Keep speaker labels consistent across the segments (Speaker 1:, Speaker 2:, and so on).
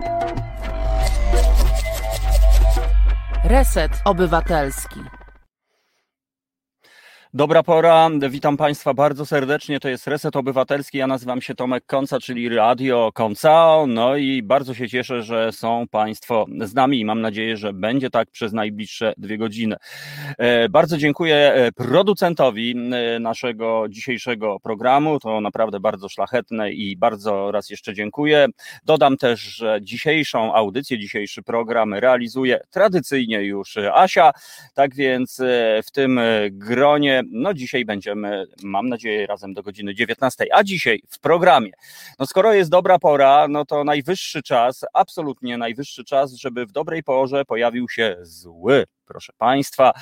Speaker 1: Reset Obywatelski.
Speaker 2: Dobra pora, witam Państwa bardzo serdecznie, to jest Reset Obywatelski, ja nazywam się Tomek Konca, czyli Radio Koncao, no i bardzo się cieszę, że są Państwo z nami i mam nadzieję, że będzie tak przez najbliższe 2 godziny. Bardzo dziękuję producentowi naszego dzisiejszego programu, to naprawdę bardzo szlachetne i bardzo raz jeszcze dziękuję. Dodam też, że dzisiejszą audycję, dzisiejszy program realizuje tradycyjnie już Asia, tak więc w tym gronie no dzisiaj będziemy, mam nadzieję, razem do godziny 19, a dzisiaj w programie. No skoro jest dobra pora, no to najwyższy czas, absolutnie najwyższy czas, żeby w dobrej porze pojawił się zły. Proszę Państwa,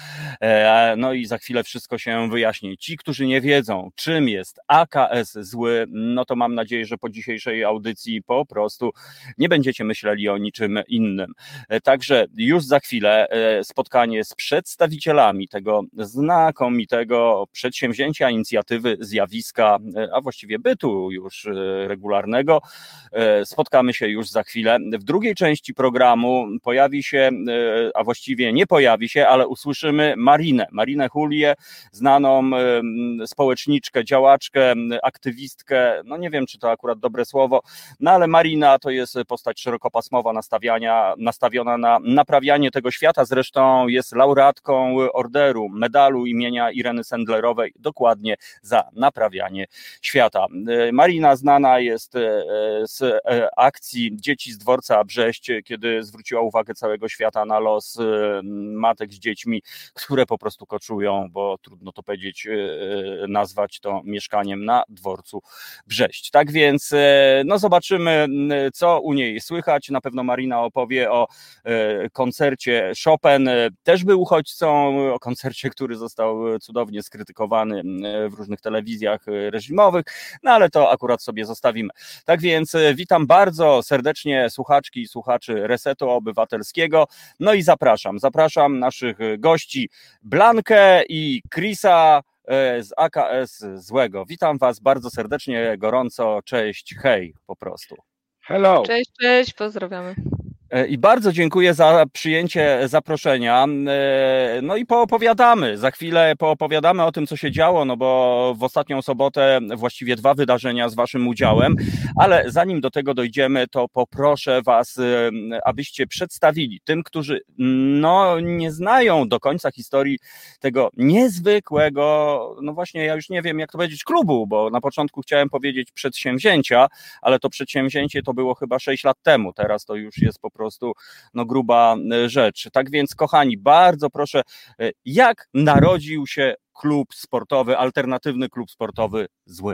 Speaker 2: no i za chwilę wszystko się wyjaśni. Ci, którzy nie wiedzą, czym jest AKS zły, no to mam nadzieję, że po dzisiejszej audycji po prostu nie będziecie myśleli o niczym innym. Także już za chwilę spotkanie z przedstawicielami tego znakomitego przedsięwzięcia, inicjatywy, zjawiska, a właściwie bytu już regularnego. Spotkamy się już za chwilę. W drugiej części programu pojawi się, a właściwie nie pojawi się, ale usłyszymy Marinę Julię, znaną społeczniczkę, działaczkę, aktywistkę, no nie wiem, czy to akurat dobre słowo, no ale Marina to jest postać szerokopasmowa nastawiona na naprawianie tego świata, zresztą jest laureatką orderu, medalu imienia Ireny Sendlerowej, dokładnie za naprawianie świata. Marina znana jest z akcji Dzieci z dworca Brześć, kiedy zwróciła uwagę całego świata na los matek z dziećmi, które po prostu koczują, bo trudno to powiedzieć, nazwać to mieszkaniem na dworcu Brześć. Tak więc no zobaczymy, co u niej słychać. Na pewno Marina opowie o koncercie Chopin. Też był uchodźcą, o koncercie, który został cudownie skrytykowany w różnych telewizjach reżimowych, no ale to akurat sobie zostawimy. Tak więc witam bardzo serdecznie słuchaczki i słuchaczy Resetu Obywatelskiego. No i zapraszam naszych gości Blankę i Chrisa z AKS Złego. Witam Was bardzo serdecznie, gorąco, cześć, hej po prostu.
Speaker 3: Hello.
Speaker 4: Cześć, pozdrawiamy.
Speaker 2: I bardzo dziękuję za przyjęcie zaproszenia. No i za chwilę poopowiadamy o tym, co się działo, no bo w ostatnią sobotę właściwie 2 wydarzenia z Waszym udziałem, ale zanim do tego dojdziemy, to poproszę Was, abyście przedstawili tym, którzy no nie znają do końca historii tego niezwykłego, no właśnie ja już nie wiem jak to powiedzieć, klubu, bo na początku chciałem powiedzieć przedsięwzięcia, ale to przedsięwzięcie to było chyba 6 lat temu, teraz to już jest po prostu no gruba rzecz. Tak więc kochani, bardzo proszę, jak narodził się klub sportowy, alternatywny klub sportowy Zły?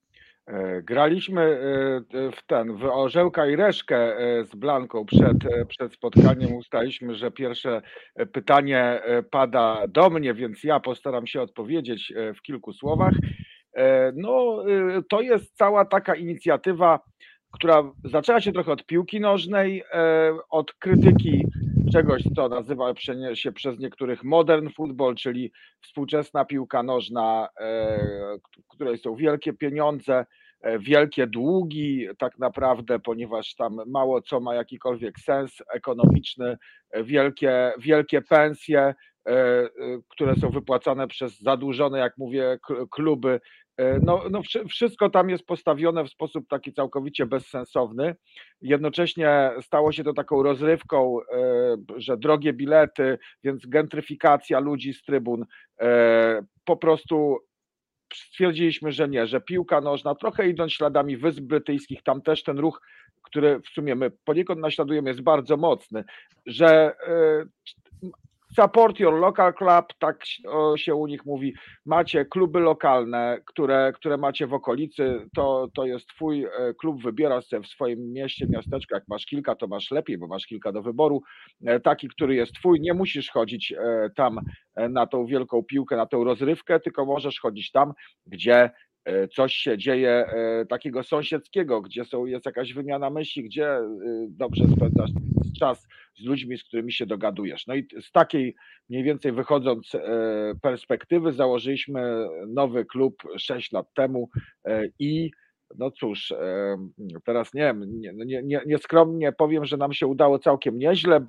Speaker 3: Graliśmy w Orzełka i Reszkę z Blanką przed spotkaniem. Ustaliliśmy, że pierwsze pytanie pada do mnie, więc ja postaram się odpowiedzieć w kilku słowach. No, to jest cała taka inicjatywa, która zaczęła się trochę od piłki nożnej, od krytyki czegoś, co nazywa się przez niektórych modern football, czyli współczesna piłka nożna, w której są wielkie pieniądze, wielkie długi tak naprawdę, ponieważ tam mało co ma jakikolwiek sens ekonomiczny, wielkie pensje, które są wypłacane przez zadłużone, jak mówię, kluby. No, wszystko tam jest postawione w sposób taki całkowicie bezsensowny. Jednocześnie stało się to taką rozrywką, że drogie bilety, więc gentryfikacja ludzi z trybun. Po prostu stwierdziliśmy, że nie, że piłka nożna, trochę idąc śladami Wysp Brytyjskich, tam też ten ruch, który w sumie my poniekąd naśladujemy, jest bardzo mocny, że support your local club, tak się u nich mówi, macie kluby lokalne, które macie w okolicy, to jest twój klub, wybierasz sobie w swoim mieście, miasteczku, jak masz kilka, to masz lepiej, bo masz kilka do wyboru, taki, który jest twój, nie musisz chodzić tam na tą wielką piłkę, na tą rozrywkę, tylko możesz chodzić tam, gdzie coś się dzieje takiego sąsiedzkiego, gdzie jest jakaś wymiana myśli, gdzie dobrze spędzasz czas z ludźmi, z którymi się dogadujesz. No i z takiej mniej więcej wychodząc perspektywy założyliśmy nowy klub 6 lat temu i No cóż, teraz nie wiem, nieskromnie powiem, że nam się udało całkiem nieźle,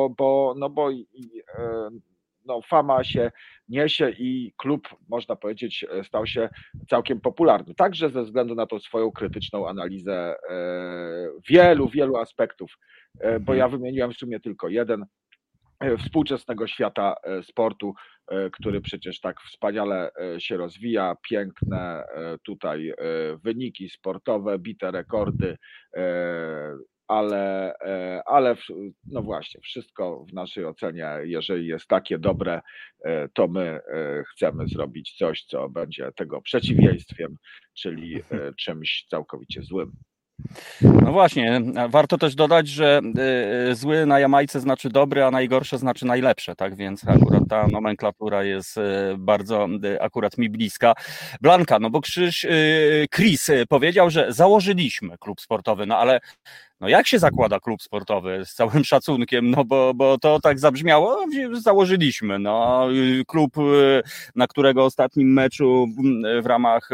Speaker 3: bo fama się niesie i klub, można powiedzieć, stał się całkiem popularny. Także ze względu na tą swoją krytyczną analizę wielu aspektów, bo ja wymieniłem w sumie tylko jeden, współczesnego świata sportu, który przecież tak wspaniale się rozwija, piękne tutaj wyniki sportowe, bite rekordy, ale no właśnie, wszystko w naszej ocenie, jeżeli jest takie dobre, to my chcemy zrobić coś, co będzie tego przeciwieństwem, czyli czymś całkowicie złym.
Speaker 2: No właśnie, warto też dodać, że zły na Jamajce znaczy dobry, a najgorsze znaczy najlepsze, tak więc akurat ta nomenklatura jest bardzo akurat mi bliska. Blanka, no bo Chris powiedział, że założyliśmy klub sportowy, no ale no jak się zakłada klub sportowy, z całym szacunkiem, no bo to tak zabrzmiało, założyliśmy, no klub, na którego ostatnim meczu w ramach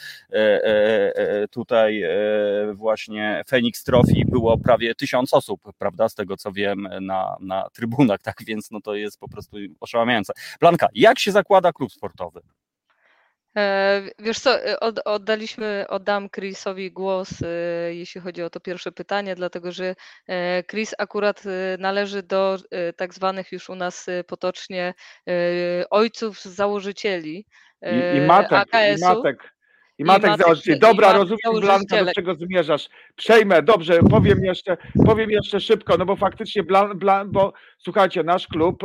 Speaker 2: tutaj właśnie Phoenix Trophy było prawie 1000 osób, prawda, z tego co wiem, na trybunach, tak więc no to jest po prostu oszałamiające. Blanka, jak się zakłada klub sportowy?
Speaker 4: Wiesz co, oddam Chrisowi głos, jeśli chodzi o to pierwsze pytanie, dlatego że Chris akurat należy do tak zwanych już u nas potocznie ojców założycieli
Speaker 3: I matek,
Speaker 4: AKS-u.
Speaker 3: I matek założycieli. Dobra, rozumiem, Blanka, do czego zmierzasz. Przejmę, dobrze, powiem jeszcze szybko, no bo faktycznie, bo słuchajcie, nasz klub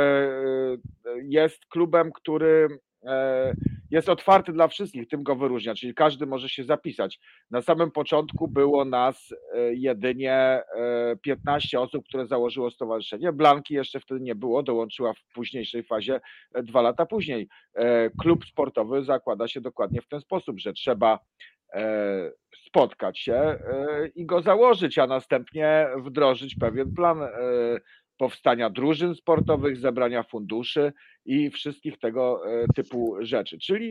Speaker 3: jest klubem, który jest otwarty dla wszystkich, tym go wyróżnia, czyli każdy może się zapisać. Na samym początku było nas jedynie 15 osób, które założyło stowarzyszenie. Blanki jeszcze wtedy nie było, dołączyła w późniejszej fazie 2 lata później. Klub sportowy zakłada się dokładnie w ten sposób, że trzeba spotkać się i go założyć, a następnie wdrożyć pewien plan powstania drużyn sportowych, zebrania funduszy i wszystkich tego typu rzeczy. Czyli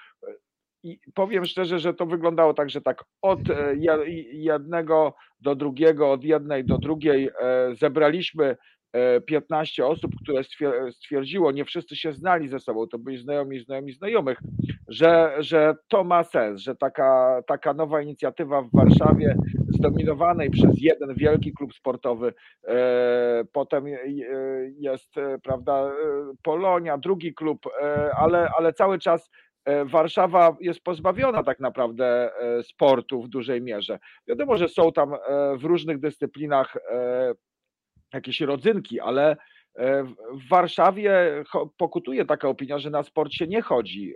Speaker 3: powiem szczerze, że to wyglądało tak, że tak od jednego do drugiego, od jednej do drugiej zebraliśmy 15 osób, które stwierdziło, nie wszyscy się znali ze sobą, to byli znajomi znajomych, że to ma sens, że taka nowa inicjatywa w Warszawie, zdominowanej przez jeden wielki klub sportowy, potem jest, prawda, Polonia, drugi klub, ale cały czas Warszawa jest pozbawiona tak naprawdę sportu w dużej mierze. Wiadomo, że są tam w różnych dyscyplinach jakieś rodzynki, ale w Warszawie pokutuje taka opinia, że na sport się nie chodzi,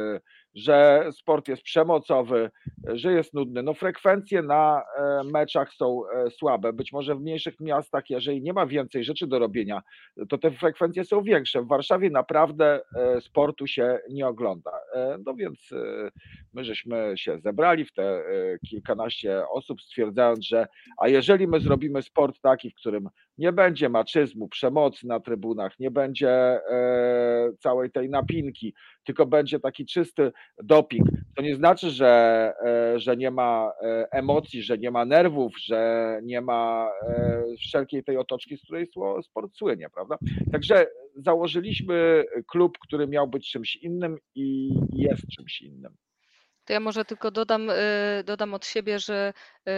Speaker 3: że sport jest przemocowy, że jest nudny. No frekwencje na meczach są słabe. Być może w mniejszych miastach, jeżeli nie ma więcej rzeczy do robienia, to te frekwencje są większe. W Warszawie naprawdę sportu się nie ogląda. No więc my żeśmy się zebrali w te kilkanaście osób, stwierdzając, że a jeżeli my zrobimy sport taki, w którym nie będzie maczyzmu, przemocy na trybunach, nie będzie całej tej napinki, tylko będzie taki czysty doping. To nie znaczy, że nie ma emocji, że nie ma nerwów, że nie ma wszelkiej tej otoczki, z której sport słynie, prawda? Także założyliśmy klub, który miał być czymś innym i jest czymś innym.
Speaker 4: To ja może tylko dodam od siebie, że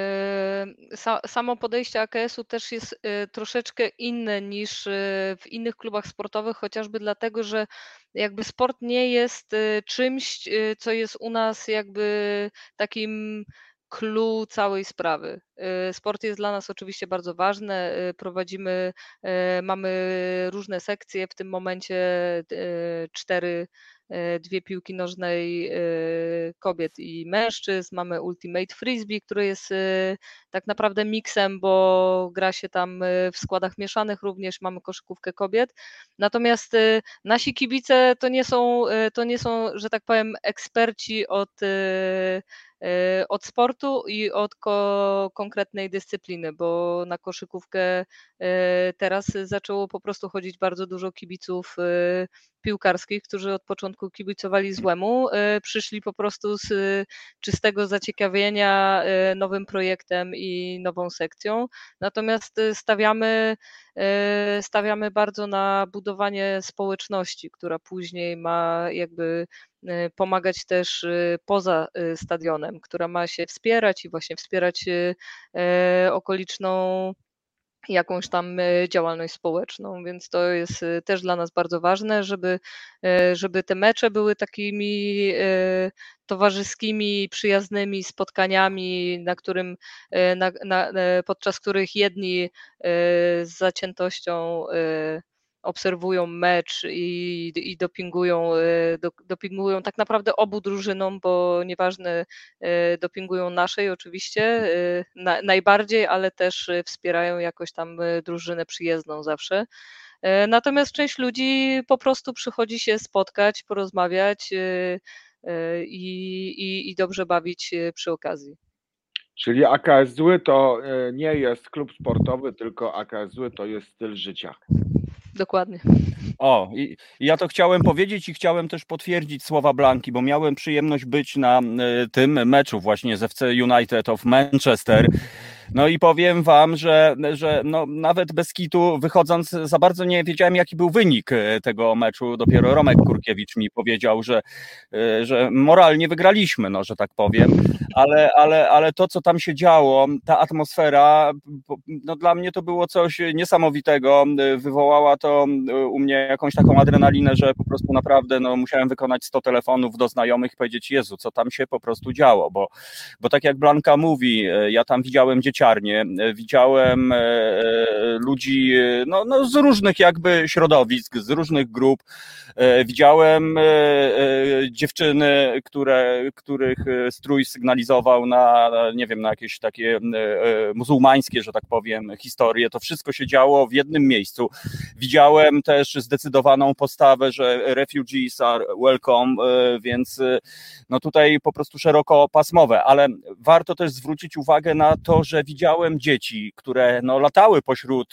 Speaker 4: samo podejście AKS-u też jest troszeczkę inne niż w innych klubach sportowych, chociażby dlatego, że jakby sport nie jest czymś, co jest u nas jakby takim clue całej sprawy. Sport jest dla nas oczywiście bardzo ważny, mamy różne sekcje, w tym momencie 2 piłki nożnej kobiet i mężczyzn, mamy Ultimate Frisbee, który jest tak naprawdę miksem, bo gra się tam w składach mieszanych również, mamy koszykówkę kobiet. Natomiast nasi kibice to nie są, że tak powiem, eksperci od sportu i od konkretnej dyscypliny, bo na koszykówkę teraz zaczęło po prostu chodzić bardzo dużo kibiców piłkarskich, którzy od początku kibicowali złemu, przyszli po prostu z czystego zaciekawienia nowym projektem i nową sekcją. Natomiast stawiamy bardzo na budowanie społeczności, która później ma jakby pomagać też poza stadionem, która ma się wspierać i właśnie wspierać okoliczną jakąś tam działalność społeczną, więc to jest też dla nas bardzo ważne, żeby te mecze były takimi towarzyskimi, przyjaznymi spotkaniami, podczas których jedni z zaciętością obserwują mecz i dopingują tak naprawdę obu drużynom, bo nieważne, dopingują naszej oczywiście najbardziej, ale też wspierają jakoś tam drużynę przyjezdną zawsze. Natomiast część ludzi po prostu przychodzi się spotkać, porozmawiać i dobrze bawić przy okazji.
Speaker 3: Czyli AKS Zły to nie jest klub sportowy, tylko AKS Zły to jest styl życia.
Speaker 4: Dokładnie.
Speaker 2: O, i ja to chciałem powiedzieć i chciałem też potwierdzić słowa Blanki, bo miałem przyjemność być na tym meczu właśnie z FC United of Manchester. No i powiem wam, że no, nawet bez kitu wychodząc za bardzo nie wiedziałem, jaki był wynik tego meczu. Dopiero Romek Kurkiewicz mi powiedział, że moralnie wygraliśmy, no, że tak powiem. Ale to, co tam się działo, ta atmosfera, no, dla mnie to było coś niesamowitego. Wywołała to u mnie jakąś taką adrenalinę, że po prostu naprawdę no, musiałem wykonać 100 telefonów do znajomych i powiedzieć: Jezu, co tam się po prostu działo, bo tak jak Blanka mówi, ja tam widziałem dzieciarnię, widziałem ludzi no, z różnych jakby środowisk, z różnych grup, widziałem dziewczyny, których strój sygnalizował na, nie wiem, na jakieś takie muzułmańskie, że tak powiem, historie. To wszystko się działo w jednym miejscu. Widziałem też zdecydowaną postawę, że refugees are welcome, więc no tutaj po prostu szerokopasmowe, ale warto też zwrócić uwagę na to, że widziałem dzieci, które no, latały pośród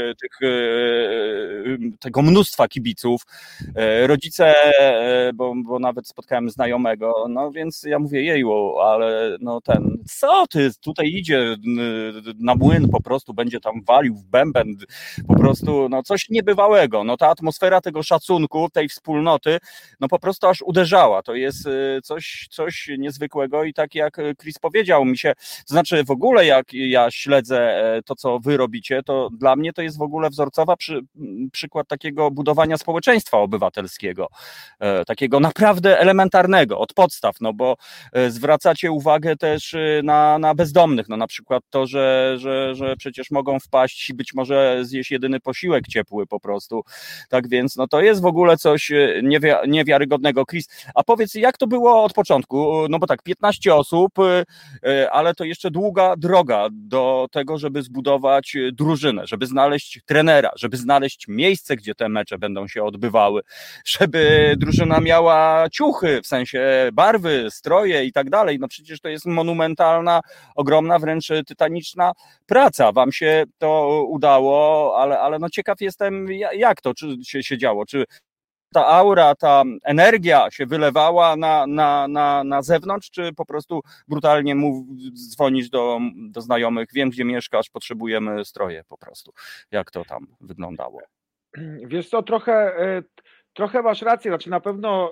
Speaker 2: tego mnóstwa kibiców. Rodzice, bo nawet spotkałem znajomego, no więc ja mówię: jeju, ale no co ty, tutaj idzie na młyn, po prostu będzie tam walił w bęben, po prostu no coś niebywałego. No ta atmosfera tego szacunku, tej wspólnoty, no po prostu aż uderzała. To jest coś niezwykłego i tak jak Chris powiedział, mi się, to znaczy w ogóle jak ja śledzę to, co wy robicie, to dla mnie to jest w ogóle wzorcowa przykład takiego budowania społeczeństwa obywatelskiego, takiego naprawdę elementarnego, od podstaw, no bo zwracacie uwagę też na bezdomnych, no na przykład to, że przecież mogą wpaść i być może zjeść jedyny posiłek ciepły po prostu, tak więc no to jest w ogóle coś niewiarygodnego. Chris, a powiedz, jak to było od początku, no bo tak, 15 osób, ale to jeszcze długa droga do tego, żeby zbudować drużynę, żeby znaleźć trenera, żeby znaleźć miejsce, gdzie te mecze będą się odbywały, żeby drużyna miała ciuchy, w sensie barwy, stroje i tak dalej. No przecież to jest monumentalna, ogromna, wręcz tytaniczna praca. Wam się to udało, ale no ciekaw jestem, jak to się działo. Czy ta aura, ta energia się wylewała na zewnątrz, czy po prostu brutalnie dzwonisz do znajomych: wiem, gdzie mieszkasz, potrzebujemy stroje po prostu. Jak to tam wyglądało?
Speaker 3: Wiesz co, trochę masz rację, znaczy na pewno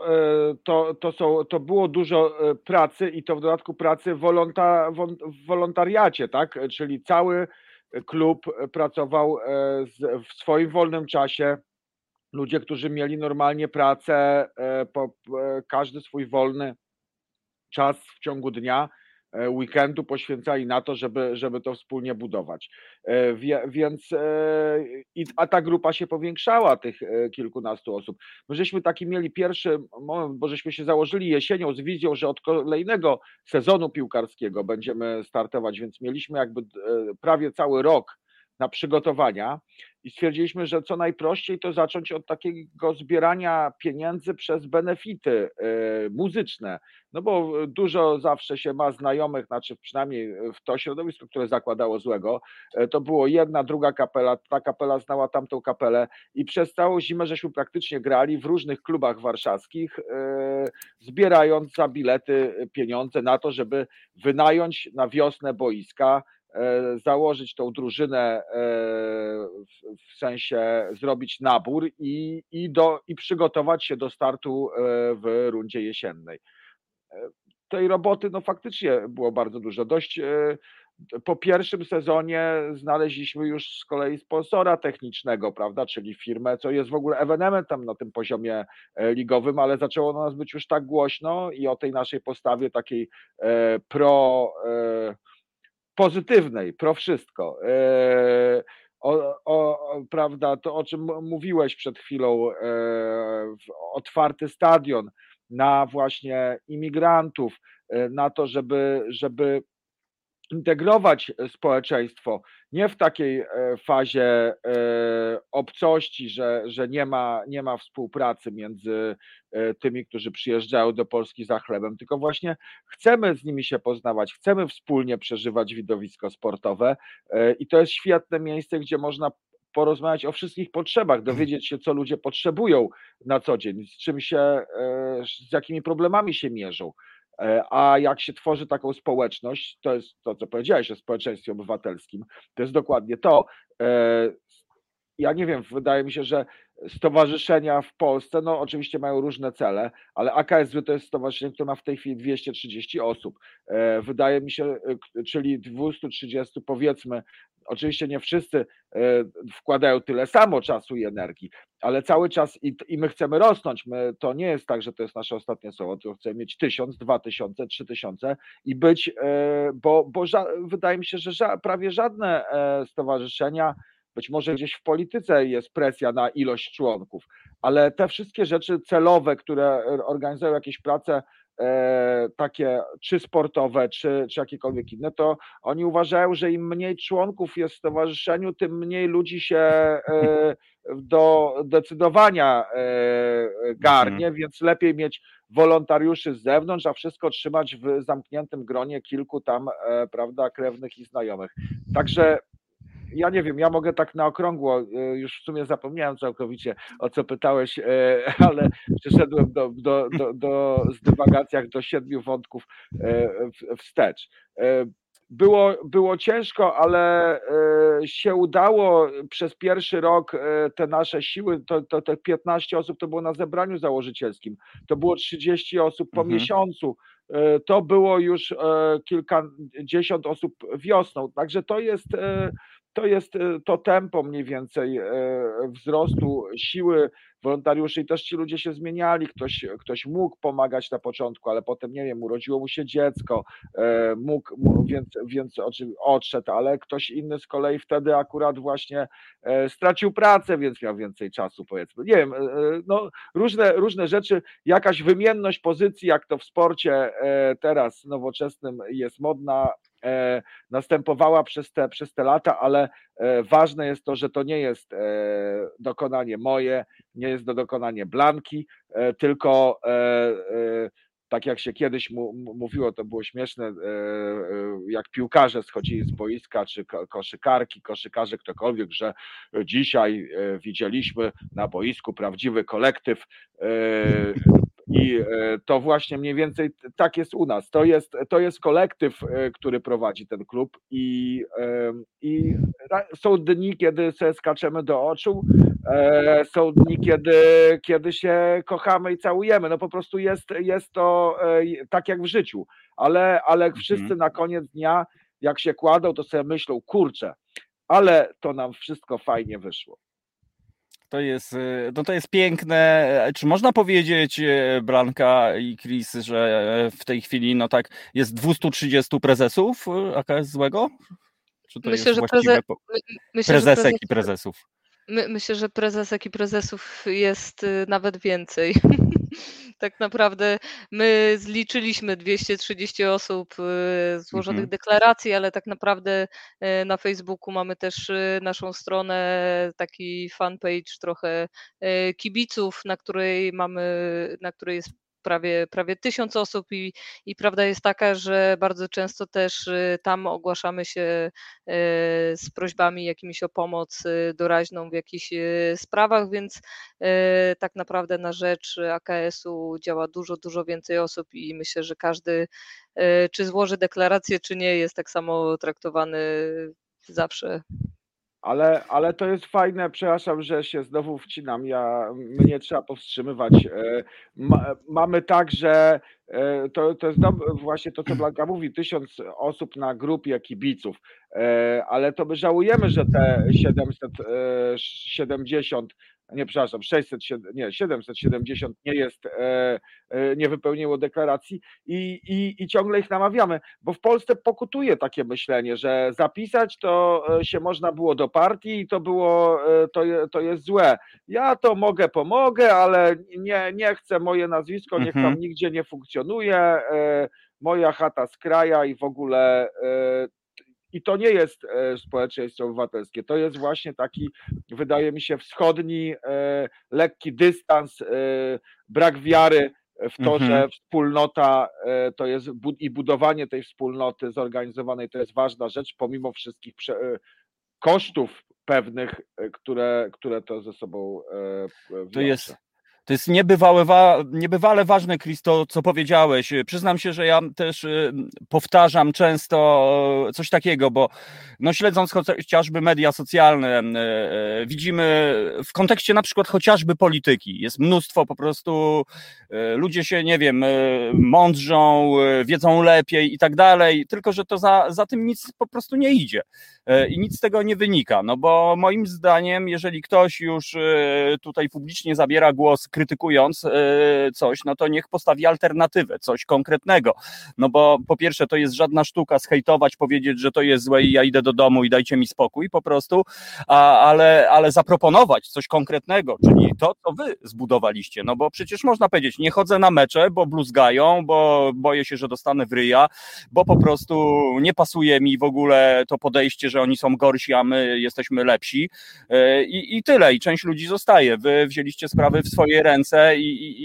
Speaker 3: to było dużo pracy i to w dodatku pracy w wolontariacie, tak? Czyli cały klub pracował w swoim wolnym czasie. Ludzie, którzy mieli normalnie pracę, każdy swój wolny czas w ciągu dnia, weekendu poświęcali na to, żeby to wspólnie budować. Więc a ta grupa się powiększała, tych kilkunastu osób. My żeśmy taki mieli pierwszy moment, bo żeśmy się założyli jesienią z wizją, że od kolejnego sezonu piłkarskiego będziemy startować, więc mieliśmy jakby prawie cały rok na przygotowania i stwierdziliśmy, że co najprościej to zacząć od takiego zbierania pieniędzy przez benefity muzyczne, no bo dużo zawsze się ma znajomych, znaczy przynajmniej w to środowisku, które zakładało złego, to było jedna, druga kapela, ta kapela znała tamtą kapelę i przez całą zimę żeśmy praktycznie grali w różnych klubach warszawskich, zbierając za bilety pieniądze na to, żeby wynająć na wiosnę boiska, założyć tą drużynę, w sensie zrobić nabór i przygotować się do startu w rundzie jesiennej. Tej roboty no faktycznie było bardzo dużo. Dość po pierwszym sezonie znaleźliśmy już z kolei sponsora technicznego, prawda, czyli firmę, co jest w ogóle ewenementem na tym poziomie ligowym, ale zaczęło na nas być już tak głośno i o tej naszej postawie takiej pozytywnej, pro wszystko. Prawda, to o czym mówiłeś przed chwilą, otwarty stadion na właśnie imigrantów, na to, żeby integrować społeczeństwo, nie w takiej fazie obcości, że nie ma współpracy między tymi, którzy przyjeżdżają do Polski za chlebem, tylko właśnie chcemy z nimi się poznawać, chcemy wspólnie przeżywać widowisko sportowe i to jest świetne miejsce, gdzie można porozmawiać o wszystkich potrzebach, dowiedzieć się, co ludzie potrzebują na co dzień, z jakimi problemami się mierzą. A jak się tworzy taką społeczność, to jest to, co powiedziałeś o społeczeństwie obywatelskim, to jest dokładnie to. Ja nie wiem, wydaje mi się, że stowarzyszenia w Polsce, no oczywiście mają różne cele, ale AKSW to jest stowarzyszenie, które ma w tej chwili 230 osób. Wydaje mi się, czyli 230 powiedzmy, oczywiście nie wszyscy wkładają tyle samo czasu i energii, ale cały czas i my chcemy rosnąć. To nie jest tak, że to jest nasze ostatnie słowo, to chcemy mieć 1000, 2000, 3000 i być, bo wydaje mi się, że prawie żadne stowarzyszenia, być może gdzieś w polityce jest presja na ilość członków, ale te wszystkie rzeczy celowe, które organizują jakieś prace takie czy sportowe, czy jakiekolwiek inne, to oni uważają, że im mniej członków jest w stowarzyszeniu, tym mniej ludzi się do decydowania garnie, więc lepiej mieć wolontariuszy z zewnątrz, a wszystko trzymać w zamkniętym gronie kilku tam, prawda, krewnych i znajomych. Także ja nie wiem, ja mogę tak na okrągło, już w sumie zapomniałem całkowicie, o co pytałeś, ale przeszedłem z dywagacjach do 7 wątków wstecz. Było ciężko, ale się udało przez pierwszy rok te nasze siły, te 15 osób to było na zebraniu założycielskim, to było 30 osób po miesiącu, to było już kilkadziesiąt osób wiosną, także to jest to tempo mniej więcej wzrostu siły wolontariuszy i też ci ludzie się zmieniali, ktoś mógł pomagać na początku, ale potem, nie wiem, urodziło mu się dziecko, więc odszedł, ale ktoś inny z kolei wtedy akurat właśnie stracił pracę, więc miał więcej czasu, powiedzmy. Nie wiem, no różne rzeczy, jakaś wymienność pozycji, jak to w sporcie teraz nowoczesnym jest modna, następowała przez te lata, ale ważne jest to, że to nie jest dokonanie moje, nie jest to dokonanie Blanki, tylko tak jak się kiedyś mówiło, to było śmieszne, jak piłkarze schodzili z boiska, czy koszykarze, ktokolwiek, że dzisiaj widzieliśmy na boisku prawdziwy kolektyw. I to właśnie mniej więcej tak jest u nas. To jest kolektyw, który prowadzi ten klub i są dni, kiedy sobie skaczemy do oczu, są dni, kiedy się kochamy i całujemy. No po prostu jest to tak jak w życiu, ale wszyscy na koniec dnia, jak się kładą, to sobie myślą, kurczę, ale to nam wszystko fajnie wyszło.
Speaker 2: To jest piękne. Czy można powiedzieć, Blanka i Chris, że w tej chwili no tak jest 230 prezesów AKS Złego? Czy to
Speaker 4: Myślę,
Speaker 2: jest
Speaker 4: że
Speaker 2: właściwe prezesek
Speaker 4: że
Speaker 2: i prezesów?
Speaker 4: Myślę, że prezesek i prezesów jest nawet więcej. Tak naprawdę my zliczyliśmy 230 osób złożonych
Speaker 2: Mhm.
Speaker 4: deklaracji, ale tak naprawdę na Facebooku mamy też naszą stronę, taki fanpage trochę kibiców, na której jest prawie 1000 osób i prawda jest taka, że bardzo często też tam ogłaszamy się z prośbami jakimiś o pomoc doraźną w jakichś sprawach, więc tak naprawdę na rzecz AKS-u działa dużo więcej osób i myślę, że każdy, czy złoży deklarację, czy nie, jest tak samo traktowany zawsze.
Speaker 3: Ale to jest fajne, przepraszam, że się znowu wcinam, mnie trzeba powstrzymywać. Mamy tak, że to jest właśnie to, co Blanka mówi, 1000 osób na grupie kibiców, ale to my żałujemy, że te 770, nie, przepraszam, 770 nie wypełniło deklaracji i ciągle ich namawiamy, bo w Polsce pokutuje takie myślenie, że zapisać to się można było do partii i to jest złe. Ja to pomogę, ale nie chcę, moje nazwisko niech
Speaker 2: Mhm.
Speaker 3: tam nigdzie nie funkcjonuje, moja chata z kraja i w ogóle i to nie jest społeczeństwo obywatelskie, to jest właśnie taki, wydaje mi się, wschodni, lekki dystans, brak wiary w to,
Speaker 2: Mhm.
Speaker 3: że wspólnota to jest i budowanie tej wspólnoty zorganizowanej to jest ważna rzecz, pomimo wszystkich kosztów pewnych, które to ze sobą
Speaker 2: To
Speaker 3: wiąże.
Speaker 2: jest To jest niebywale ważne, Chris, to co powiedziałeś. Przyznam się, że ja też powtarzam często coś takiego, bo no, śledząc chociażby media socjalne, widzimy w kontekście na przykład chociażby polityki, jest mnóstwo po prostu, ludzie się, nie wiem, mądrzą, wiedzą lepiej i tak dalej, tylko że to za tym nic po prostu nie idzie i nic z tego nie wynika, no bo moim zdaniem, jeżeli ktoś już tutaj publicznie zabiera głos, krytykując coś, no to niech postawi alternatywę, coś konkretnego. No bo po pierwsze to jest żadna sztuka zhejtować, powiedzieć, że to jest złe i ja idę do domu i dajcie mi spokój po prostu, ale zaproponować coś konkretnego, czyli to, co wy zbudowaliście. No bo przecież można powiedzieć, nie chodzę na mecze, bo bluzgają, bo boję się, że dostanę w ryja, bo po prostu nie pasuje mi w ogóle to podejście, że oni są gorsi, a my jesteśmy lepsi i tyle. I część ludzi zostaje. Wy wzięliście sprawy w swoje ręce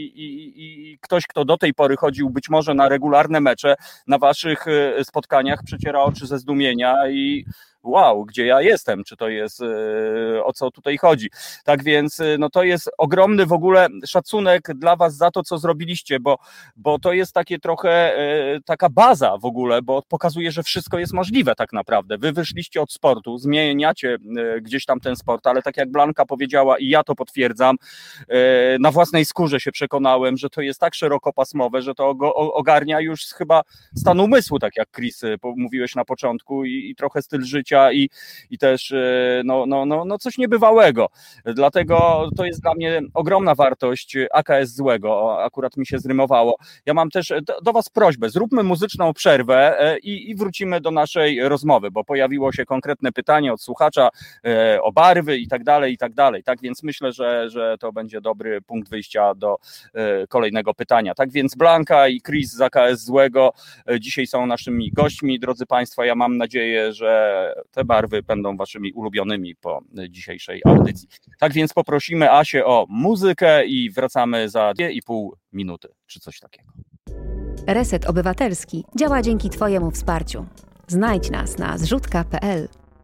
Speaker 2: i ktoś, kto do tej pory chodził być może na regularne mecze, na waszych spotkaniach przeciera oczy ze zdumienia i wow, gdzie ja jestem, czy to jest, o co tutaj chodzi. Tak więc no to jest ogromny w ogóle szacunek dla was za to, co zrobiliście, bo to jest takie trochę taka baza w ogóle, bo pokazuje, że wszystko jest możliwe tak naprawdę. Wy wyszliście od sportu, zmieniacie gdzieś tam ten sport, ale tak jak Blanka powiedziała i ja to potwierdzam, na własnej skórze się przekonałem, że to jest tak szerokopasmowe, że to ogarnia już chyba stan umysłu, tak jak Chris mówiłeś na początku i trochę styl życia i też no coś niebywałego. Dlatego to jest dla mnie ogromna wartość AKS Złego, akurat mi się zrymowało. Ja mam też do was prośbę, zróbmy muzyczną przerwę i wrócimy do naszej rozmowy, bo pojawiło się konkretne pytanie od słuchacza o barwy i tak dalej, i tak dalej. Tak więc myślę, że to będzie dobry punkt wyjścia do kolejnego pytania. Tak więc Blanka i Chris z AKS Złego dzisiaj są naszymi gośćmi. Drodzy Państwo, ja mam nadzieję, że te barwy będą waszymi ulubionymi po dzisiejszej audycji. Tak więc poprosimy Asię o muzykę i wracamy za 2,5 minuty, czy coś takiego.
Speaker 5: Reset Obywatelski działa dzięki Twojemu wsparciu. Znajdź nas na zrzutka.pl.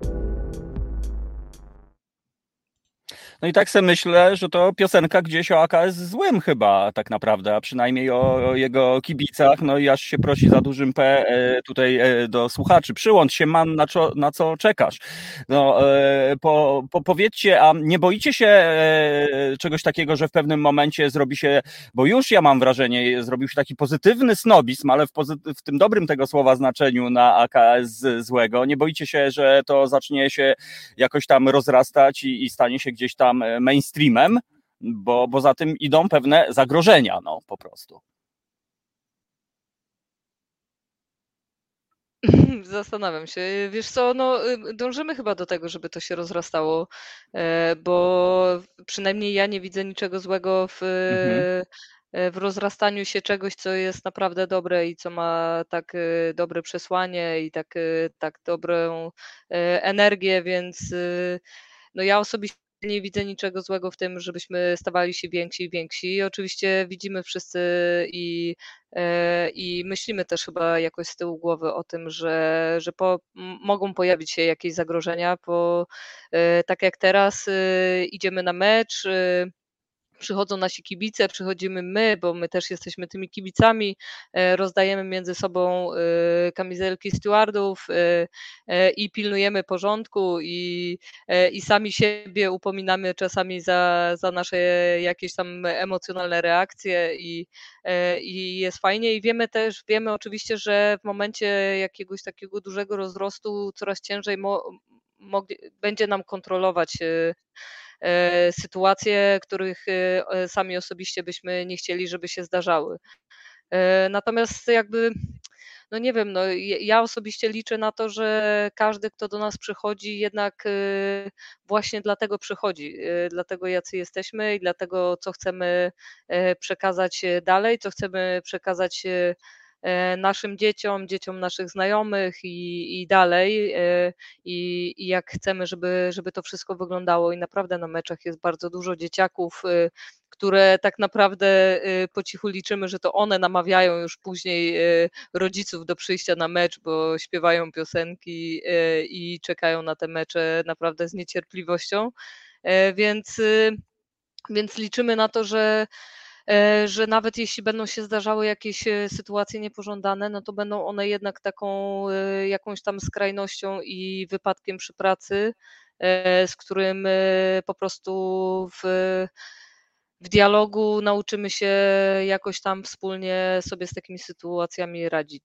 Speaker 2: No i tak sobie myślę, że to piosenka gdzieś o AKS złym chyba tak naprawdę, a przynajmniej o jego kibicach, no i aż się prosi za dużym P tutaj do słuchaczy. Przyłącz się, man, na co czekasz. No, powiedzcie, a nie boicie się czegoś takiego, że w pewnym momencie zrobi się, bo już ja mam wrażenie, zrobił się taki pozytywny snobizm, ale w tym dobrym tego słowa znaczeniu na AKS złego. Nie boicie się, że to zacznie się jakoś tam rozrastać i stanie się gdzieś tam mainstreamem, bo za tym idą pewne zagrożenia, no po prostu.
Speaker 4: Zastanawiam się. Wiesz co, no, dążymy chyba do tego, żeby to się rozrastało, bo przynajmniej ja nie widzę niczego złego
Speaker 2: Mhm.
Speaker 4: w rozrastaniu się czegoś, co jest naprawdę dobre i co ma tak dobre przesłanie i tak dobrą energię, więc no ja osobiście nie widzę niczego złego w tym, żebyśmy stawali się więksi i więksi. Oczywiście widzimy wszyscy i myślimy też chyba jakoś z tyłu głowy o tym, że mogą pojawić się jakieś zagrożenia, bo tak jak teraz idziemy na mecz, przychodzą nasi kibice, przychodzimy my, bo my też jesteśmy tymi kibicami, rozdajemy między sobą kamizelki stewardów i pilnujemy porządku i sami siebie upominamy czasami za nasze jakieś tam emocjonalne reakcje i jest fajnie i wiemy oczywiście, że w momencie jakiegoś takiego dużego rozrostu coraz ciężej będzie nam kontrolować sytuacje, których sami osobiście byśmy nie chcieli, żeby się zdarzały. Natomiast jakby, no nie wiem, no ja osobiście liczę na to, że każdy, kto do nas przychodzi, jednak właśnie dlatego przychodzi, dlatego jacy jesteśmy i dlatego co chcemy przekazać dalej, co chcemy przekazać naszym dzieciom naszych znajomych i dalej. I jak chcemy, żeby to wszystko wyglądało. I naprawdę na meczach jest bardzo dużo dzieciaków, które tak naprawdę po cichu liczymy, że to one namawiają już później rodziców do przyjścia na mecz, bo śpiewają piosenki i czekają na te mecze naprawdę z niecierpliwością. Więc liczymy na to, że nawet jeśli będą się zdarzały jakieś sytuacje niepożądane, no to będą one jednak taką jakąś tam skrajnością i wypadkiem przy pracy, z którym po prostu w dialogu nauczymy się jakoś tam wspólnie sobie z takimi sytuacjami radzić.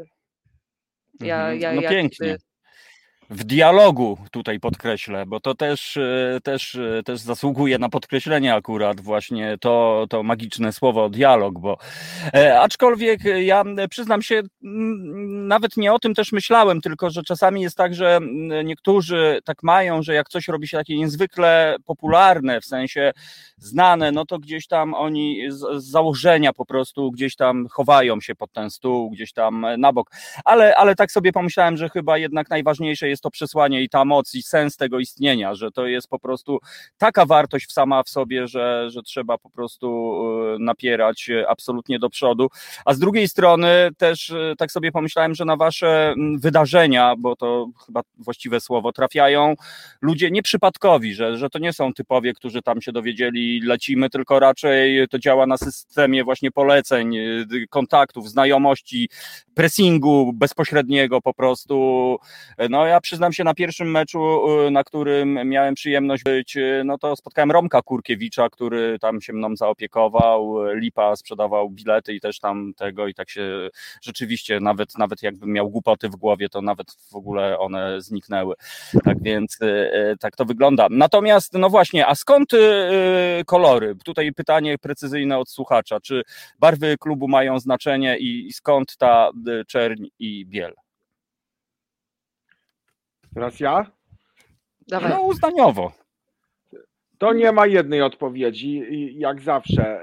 Speaker 2: No
Speaker 4: Jak
Speaker 2: pięknie. W dialogu tutaj podkreślę, bo to też zasługuje na podkreślenie akurat właśnie to magiczne słowo dialog, bo aczkolwiek ja przyznam się, nawet nie o tym też myślałem, tylko że czasami jest tak, że niektórzy tak mają, że jak coś robi się takie niezwykle popularne, w sensie znane, no to gdzieś tam oni z założenia po prostu gdzieś tam chowają się pod ten stół, gdzieś tam na bok, ale tak sobie pomyślałem, że chyba jednak najważniejsze jest to przesłanie i ta moc i sens tego istnienia, że to jest po prostu taka wartość sama w sobie, że trzeba po prostu napierać absolutnie do przodu. A z drugiej strony też tak sobie pomyślałem, że na wasze wydarzenia, bo to chyba właściwe słowo, trafiają ludzie nieprzypadkowi, że to nie są typowie, którzy tam się dowiedzieli, lecimy, tylko raczej to działa na systemie właśnie poleceń, kontaktów, znajomości, pressingu bezpośredniego po prostu. No ja przyznam się, na pierwszym meczu, na którym miałem przyjemność być, no to spotkałem Romka Kurkiewicza, który tam się mną zaopiekował, Lipa sprzedawał bilety i też tam tego i tak się rzeczywiście, nawet jakbym miał głupoty w głowie, to nawet w ogóle one zniknęły. Tak więc tak to wygląda. Natomiast no właśnie, a skąd kolory? Tutaj pytanie precyzyjne od słuchacza. Czy barwy klubu mają znaczenie i skąd ta czerń i biel?
Speaker 3: Teraz ja?
Speaker 4: Dawaj.
Speaker 2: No uznaniowo.
Speaker 3: To nie ma jednej odpowiedzi, jak zawsze.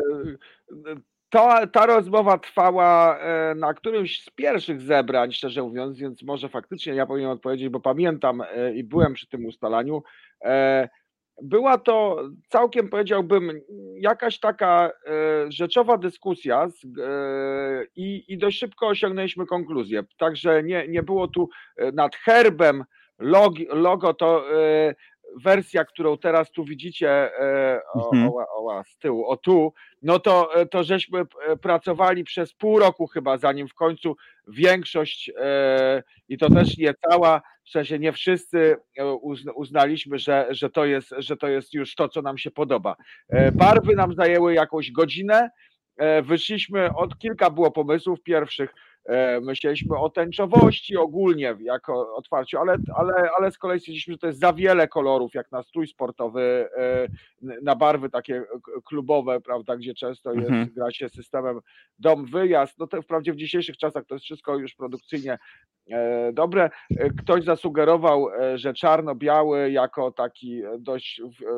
Speaker 3: Ta rozmowa trwała na którymś z pierwszych zebrań, szczerze mówiąc, więc może faktycznie ja powinienem odpowiedzieć, bo pamiętam i byłem przy tym ustalaniu. Była to całkiem, powiedziałbym, jakaś taka rzeczowa dyskusja i dość szybko osiągnęliśmy konkluzję. Także nie było tu nad herbem, logo to wersja, którą teraz tu widzicie z tyłu, no to żeśmy pracowali przez pół roku chyba, zanim w końcu większość i to też nie cała, w sensie nie wszyscy uznaliśmy, że to jest już to, co nam się podoba. Barwy nam zajęły jakąś godzinę, wyszliśmy kilka było pomysłów pierwszych, myśleliśmy o tęczowości ogólnie jako otwarciu, ale z kolei stwierdziliśmy, że to jest za wiele kolorów jak na strój sportowy, na barwy takie klubowe, prawda, gdzie często gra się systemem dom-wyjazd. No to wprawdzie w dzisiejszych czasach to jest wszystko już produkcyjnie dobre. Ktoś zasugerował, że czarno-biały jako taki dość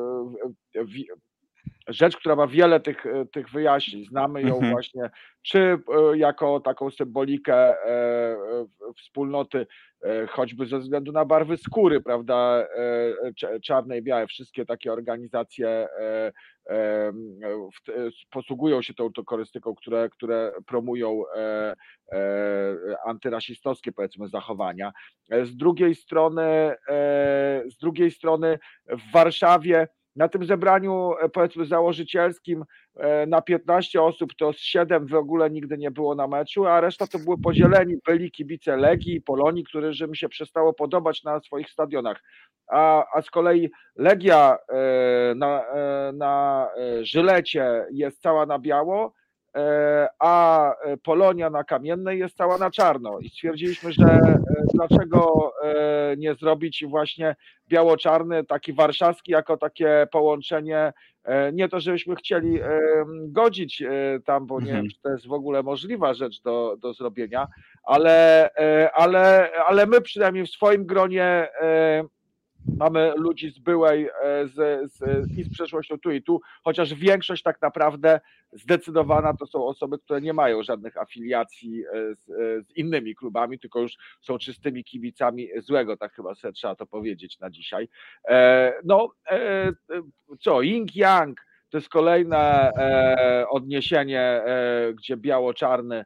Speaker 3: rzecz, która ma wiele tych wyjaśnień. Znamy ją właśnie, czy jako taką symbolikę wspólnoty, choćby ze względu na barwy skóry, prawda, czarne i białe. Wszystkie takie organizacje posługują się tą kolorystyką, które promują antyrasistowskie, powiedzmy, zachowania. Z drugiej strony w Warszawie na tym zebraniu, powiedzmy, założycielskim na 15 osób to z 7 w ogóle nigdy nie było na meczu, a reszta to były podzieleni, byli kibice Legii i Polonii, którym się przestało podobać na swoich stadionach. A z kolei Legia na żylecie jest cała na biało, a Polonia na Kamiennej jest cała na czarno i stwierdziliśmy, że dlaczego nie zrobić właśnie biało-czarny, taki warszawski, jako takie połączenie, nie to żebyśmy chcieli godzić tam, bo nie wiem, czy to jest w ogóle możliwa rzecz do zrobienia, ale my przynajmniej w swoim gronie mamy ludzi z byłej i z przeszłością tu i tu, chociaż większość tak naprawdę zdecydowana to są osoby, które nie mają żadnych afiliacji z innymi klubami, tylko już są czystymi kibicami złego, tak chyba sobie trzeba to powiedzieć na dzisiaj. Yin-yang to jest kolejne odniesienie, gdzie biało-czarny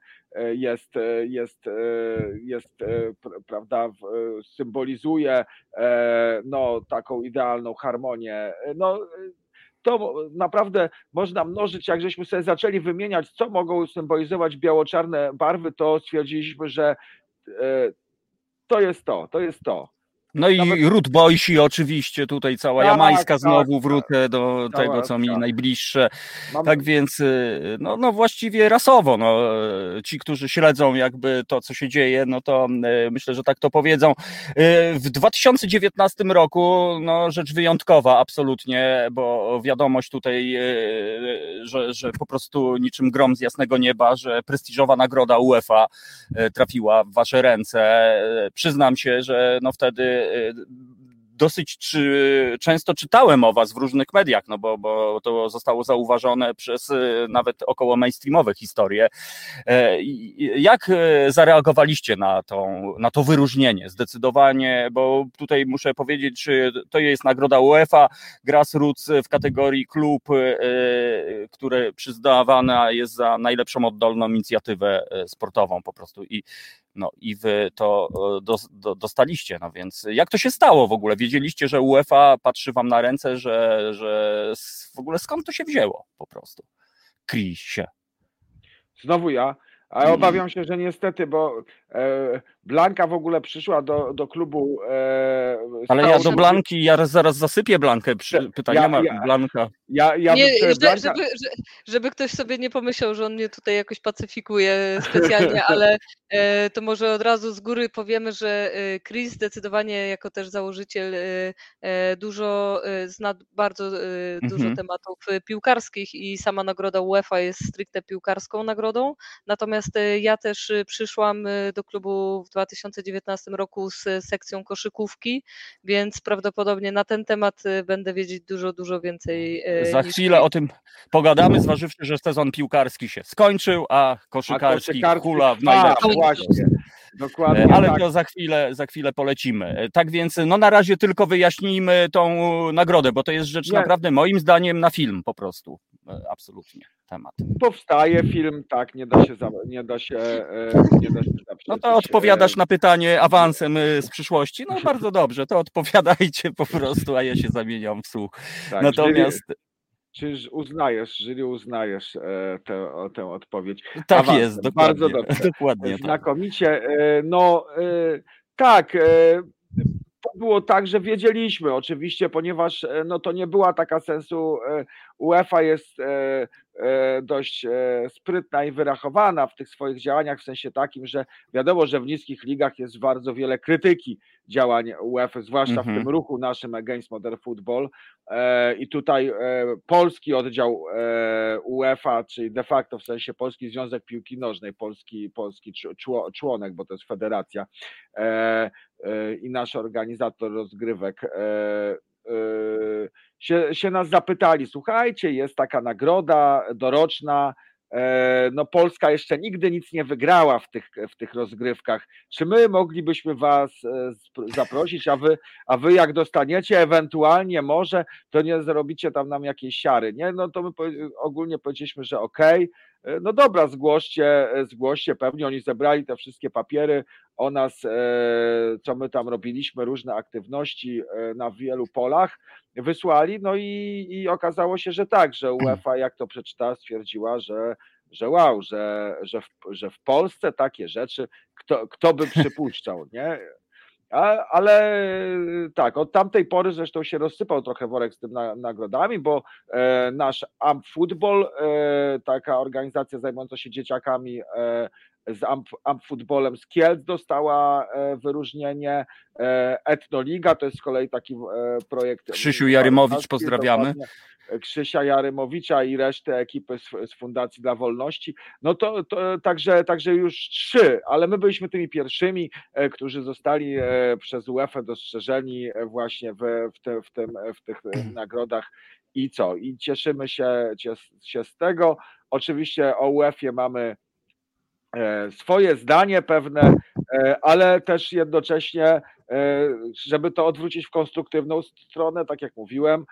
Speaker 3: prawda, symbolizuje taką idealną harmonię. To naprawdę można mnożyć, jak żeśmy sobie zaczęli wymieniać, co mogą symbolizować biało-czarne barwy, to stwierdziliśmy, że to jest to.
Speaker 2: No i Root Boysi oczywiście, tutaj cała jamańska znowu wrócę do tego, co mi najbliższe. Tak więc, no właściwie rasowo, ci, którzy śledzą jakby to, co się dzieje, no to myślę, że tak to powiedzą. W 2019 roku, rzecz wyjątkowa absolutnie, bo wiadomość tutaj, że po prostu niczym grom z jasnego nieba, że prestiżowa nagroda UEFA trafiła w wasze ręce. Przyznam się, że wtedy dosyć często czytałem o was w różnych mediach, bo to zostało zauważone przez nawet około mainstreamowe historie. Jak zareagowaliście na to wyróżnienie? Zdecydowanie, bo tutaj muszę powiedzieć, że to jest nagroda UEFA Grassroots w kategorii klub, które przyznawana jest za najlepszą oddolną inicjatywę sportową po prostu i wy to dostaliście, więc jak to się stało w ogóle? Wiedzieliście, że UEFA patrzy wam na ręce, że w ogóle skąd to się wzięło po prostu? Chrisie.
Speaker 3: Znowu ja, ale obawiam się, że niestety, bo Blanka w ogóle przyszła do klubu.
Speaker 2: Ale ja do Blanki, ja zaraz zasypię Blankę pytaniami. Blanka.
Speaker 4: Żeby ktoś sobie nie pomyślał, że on mnie tutaj jakoś pacyfikuje specjalnie, ale to może od razu z góry powiemy, że Chris zdecydowanie jako też założyciel zna bardzo dużo tematów piłkarskich i sama nagroda UEFA jest stricte piłkarską nagrodą, natomiast ja też przyszłam do klubu w 2019 roku z sekcją koszykówki, więc prawdopodobnie na ten temat będę wiedzieć dużo więcej.
Speaker 2: Za chwilę o tym pogadamy, zważywszy, że sezon piłkarski się skończył, a koszykarski hula w najlepszym.
Speaker 3: Właśnie. Dokładnie.
Speaker 2: Ale to za chwilę polecimy. Tak więc na razie tylko wyjaśnijmy tą nagrodę, bo to jest rzecz naprawdę moim zdaniem na film po prostu. Absolutnie temat.
Speaker 3: Powstaje film, tak, nie da się zaprzeć.
Speaker 2: No to odpowiadasz na pytanie awansem z przyszłości. No bardzo dobrze, to odpowiadajcie po prostu, a ja się zamieniam w słuch.
Speaker 3: Tak,
Speaker 2: natomiast
Speaker 3: Czy uznajesz tę odpowiedź?
Speaker 2: Tak awansem. Jest, dokładnie.
Speaker 3: Bardzo dobrze.
Speaker 2: Dokładnie
Speaker 3: znakomicie. Tak. To było tak, że wiedzieliśmy oczywiście, ponieważ to nie była taka sensu, UEFA jest dość sprytna i wyrachowana w tych swoich działaniach, w sensie takim, że wiadomo, że w niskich ligach jest bardzo wiele krytyki działań UEFA, zwłaszcza w tym ruchu naszym Against Modern Football. I tutaj polski oddział UEFA, czyli de facto w sensie Polski Związek Piłki Nożnej, polski członek, bo to jest federacja i nasz organizator rozgrywek, się nas zapytali, słuchajcie, jest taka nagroda doroczna, no Polska jeszcze nigdy nic nie wygrała w tych rozgrywkach. Czy my moglibyśmy was zaprosić, a wy jak dostaniecie ewentualnie może, to nie zrobicie tam nam jakiejś siary, nie? No to my ogólnie powiedzieliśmy, że okej. No dobra, zgłoście, pewnie oni zebrali te wszystkie papiery o nas, co my tam robiliśmy, różne aktywności na wielu polach, wysłali, no i okazało się, że tak, że UEFA, jak to przeczytała, stwierdziła, że wow, że w Polsce takie rzeczy, kto by przypuszczał, nie? Ale tak, od tamtej pory zresztą się rozsypał trochę worek z tym nagrodami, bo nasz AMP Football, taka organizacja zajmująca się dzieciakami z AMP Footballem z Kielc dostała wyróżnienie. Etnoliga to jest z kolei taki projekt.
Speaker 2: Krzysiu Jarymowicz, pozdrawiamy.
Speaker 3: Dokładnie. Krzysia Jarymowicza i resztę ekipy z Fundacji dla Wolności. No to także już 3, ale my byliśmy tymi pierwszymi, którzy zostali przez UEFA dostrzeżeni właśnie w tych nagrodach i co? I cieszymy się z tego. Oczywiście o UEFA mamy swoje zdanie pewne, ale też jednocześnie, żeby to odwrócić w konstruktywną stronę, tak jak mówiłem,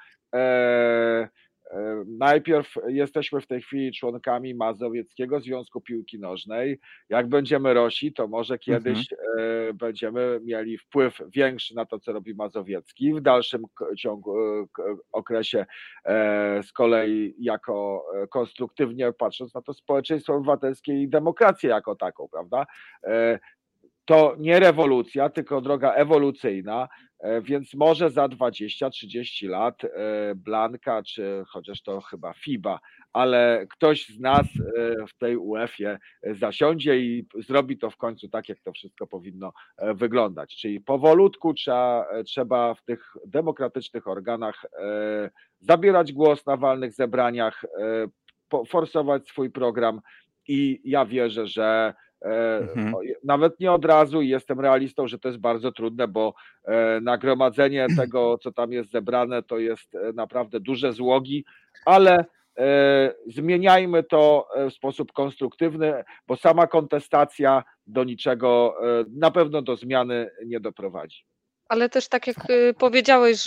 Speaker 3: najpierw jesteśmy w tej chwili członkami Mazowieckiego Związku Piłki Nożnej. Jak będziemy rośli, to może kiedyś będziemy mieli wpływ większy na to, co robi Mazowiecki. W dalszym okresie z kolei jako konstruktywnie patrząc na to społeczeństwo obywatelskie i demokrację jako taką, prawda? To nie rewolucja, tylko droga ewolucyjna, więc może za 20-30 lat Blanka, czy chociaż to chyba FIBA, ale ktoś z nas w tej UEFA zasiądzie i zrobi to w końcu tak, jak to wszystko powinno wyglądać. Czyli powolutku trzeba w tych demokratycznych organach zabierać głos na walnych zebraniach, forsować swój program i ja wierzę, że nawet nie od razu i jestem realistą, że to jest bardzo trudne, bo nagromadzenie tego, co tam jest zebrane, to jest naprawdę duże złogi, ale zmieniajmy to w sposób konstruktywny, bo sama kontestacja do niczego, na pewno do zmiany nie doprowadzi.
Speaker 4: Ale też tak jak powiedziałeś,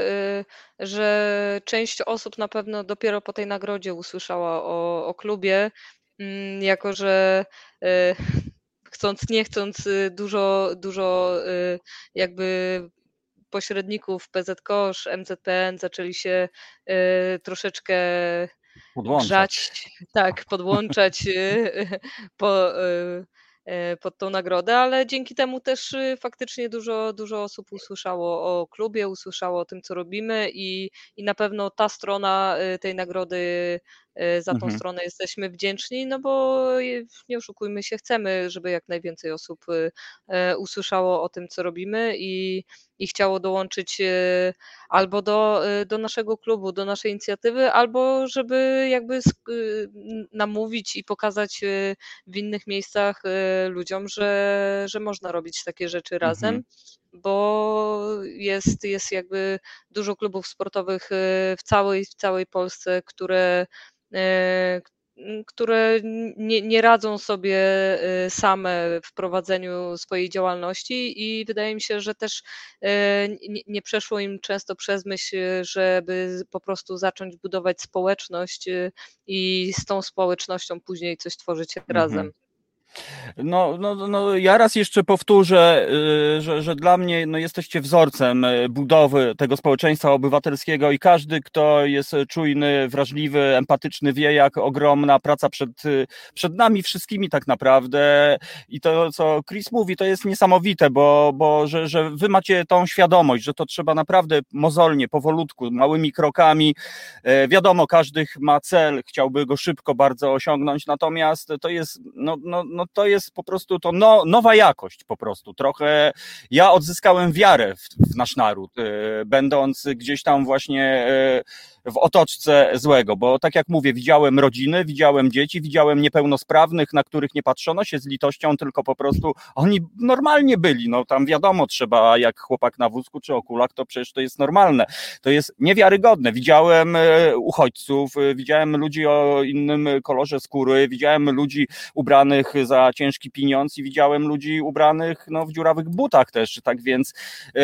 Speaker 4: że część osób na pewno dopiero po tej nagrodzie usłyszała o klubie, jako że chcąc nie chcąc dużo jakby pośredników PZKosz, MZPN zaczęli się troszeczkę grzać, tak, podłączać pod tą nagrodę, ale dzięki temu też faktycznie dużo osób usłyszało o klubie, usłyszało o tym, co robimy i na pewno ta strona tej nagrody, za tą stronę jesteśmy wdzięczni, no bo nie oszukujmy się, chcemy, żeby jak najwięcej osób usłyszało o tym, co robimy i chciało dołączyć albo do naszego klubu, do naszej inicjatywy, albo żeby jakby namówić i pokazać w innych miejscach ludziom, że można robić takie rzeczy razem, bo jest jakby dużo klubów sportowych w całej Polsce, które nie radzą sobie same w prowadzeniu swojej działalności i wydaje mi się, że też nie przeszło im często przez myśl, żeby po prostu zacząć budować społeczność i z tą społecznością później coś tworzyć razem.
Speaker 2: No, ja raz jeszcze powtórzę, że dla mnie jesteście wzorcem budowy tego społeczeństwa obywatelskiego i każdy, kto jest czujny, wrażliwy, empatyczny, wie, jak ogromna praca przed nami wszystkimi tak naprawdę. I to, co Chris mówi, to jest niesamowite, że wy macie tą świadomość, że to trzeba naprawdę mozolnie, powolutku, małymi krokami. Wiadomo, każdy ma cel, chciałby go szybko bardzo osiągnąć, natomiast to jest, to jest po prostu nowa jakość po prostu. Trochę ja odzyskałem wiarę w nasz naród, będąc gdzieś tam właśnie w otoczce złego, bo tak jak mówię, widziałem rodziny, widziałem dzieci, widziałem niepełnosprawnych, na których nie patrzono się z litością, tylko po prostu oni normalnie byli, tam wiadomo, trzeba jak chłopak na wózku czy o kulach, to przecież to jest normalne, to jest niewiarygodne. Widziałem uchodźców, widziałem ludzi o innym kolorze skóry, widziałem ludzi ubranych za ciężki pieniądz i widziałem ludzi ubranych w dziurawych butach też, tak więc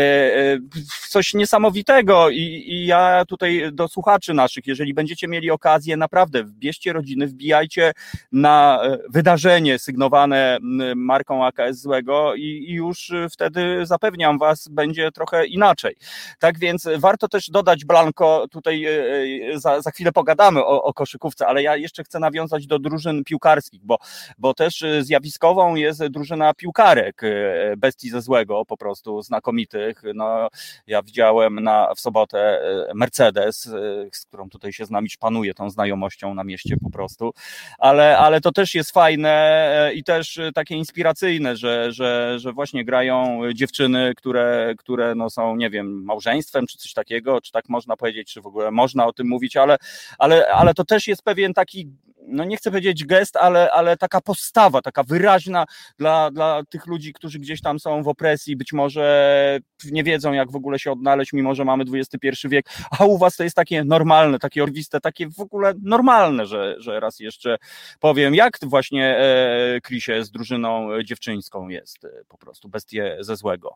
Speaker 2: coś niesamowitego i ja tutaj do słuchaczy naszych, jeżeli będziecie mieli okazję, naprawdę bierzcie rodziny, wbijajcie na wydarzenie sygnowane marką AKS Złego i już wtedy zapewniam was, będzie trochę inaczej. Tak więc warto też dodać, Blanko, tutaj za chwilę pogadamy o koszykówce, ale ja jeszcze chcę nawiązać do drużyn piłkarskich, bo też zjawiskową jest drużyna piłkarek Bestii ze Złego, po prostu znakomitych. Ja widziałem w sobotę Mercedes, z którą tutaj się z nami szpanuje, tą znajomością na mieście po prostu, ale to też jest fajne i też takie inspiracyjne, że właśnie grają dziewczyny, które są, nie wiem, małżeństwem czy coś takiego, czy tak można powiedzieć, czy w ogóle można o tym mówić, ale to też jest pewien taki, nie chcę powiedzieć gest, ale taka postawa, taka wyraźna dla tych ludzi, którzy gdzieś tam są w opresji, być może nie wiedzą, jak w ogóle się odnaleźć, mimo że mamy XXI wiek, a u was to jest takie normalne, takie orwiste, takie w ogóle normalne, że raz jeszcze powiem, jak właśnie Chrisie z drużyną dziewczyńską jest po prostu, Bestie ze Złego.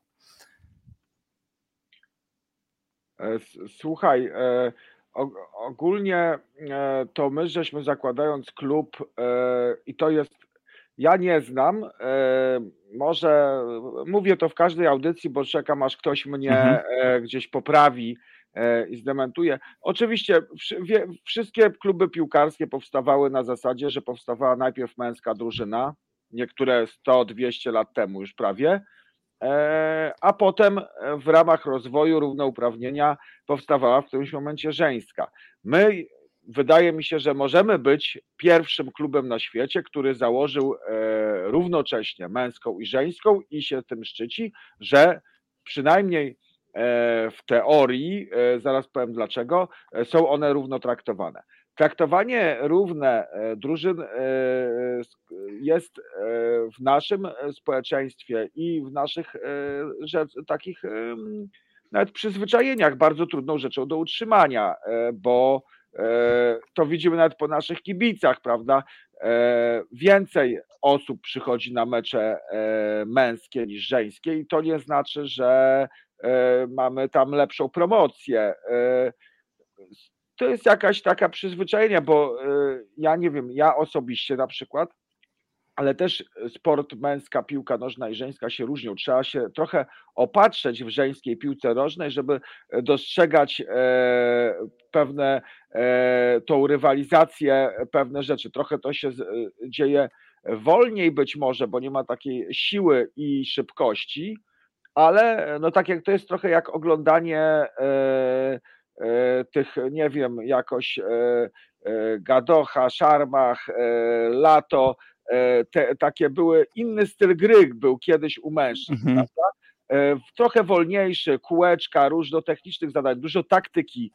Speaker 3: Słuchaj, ogólnie to my żeśmy zakładając klub i to jest, ja nie znam, może mówię to w każdej audycji, bo czekam, aż ktoś mnie gdzieś poprawi i zdementuje. Oczywiście wszystkie kluby piłkarskie powstawały na zasadzie, że powstawała najpierw męska drużyna, niektóre 100-200 lat temu już prawie, a potem w ramach rozwoju równouprawnienia powstawała w którymś momencie żeńska. My, wydaje mi się, że możemy być pierwszym klubem na świecie, który założył równocześnie męską i żeńską i się tym szczyci, że przynajmniej w teorii, zaraz powiem dlaczego, są one równo traktowane. Traktowanie równe drużyn jest w naszym społeczeństwie i w naszych takich nawet przyzwyczajeniach bardzo trudną rzeczą do utrzymania, bo to widzimy nawet po naszych kibicach, prawda? Więcej osób przychodzi na mecze męskie niż żeńskie i to nie znaczy, że mamy tam lepszą promocję. To jest jakaś taka przyzwyczajenia, bo ja nie wiem, ja osobiście na przykład, ale też sport męska, piłka nożna i żeńska się różnią. Trzeba się trochę opatrzeć w żeńskiej piłce nożnej, żeby dostrzegać pewne, tą rywalizację, pewne rzeczy. Trochę to się dzieje wolniej być może, bo nie ma takiej siły i szybkości, ale tak jak to jest trochę jak oglądanie tych, nie wiem, jakoś Gadocha, Szarmach, Lato, takie były, inny styl gry był kiedyś u mężczyzn, prawda? Trochę wolniejszy, kółeczka, różno technicznych zadań, dużo taktyki.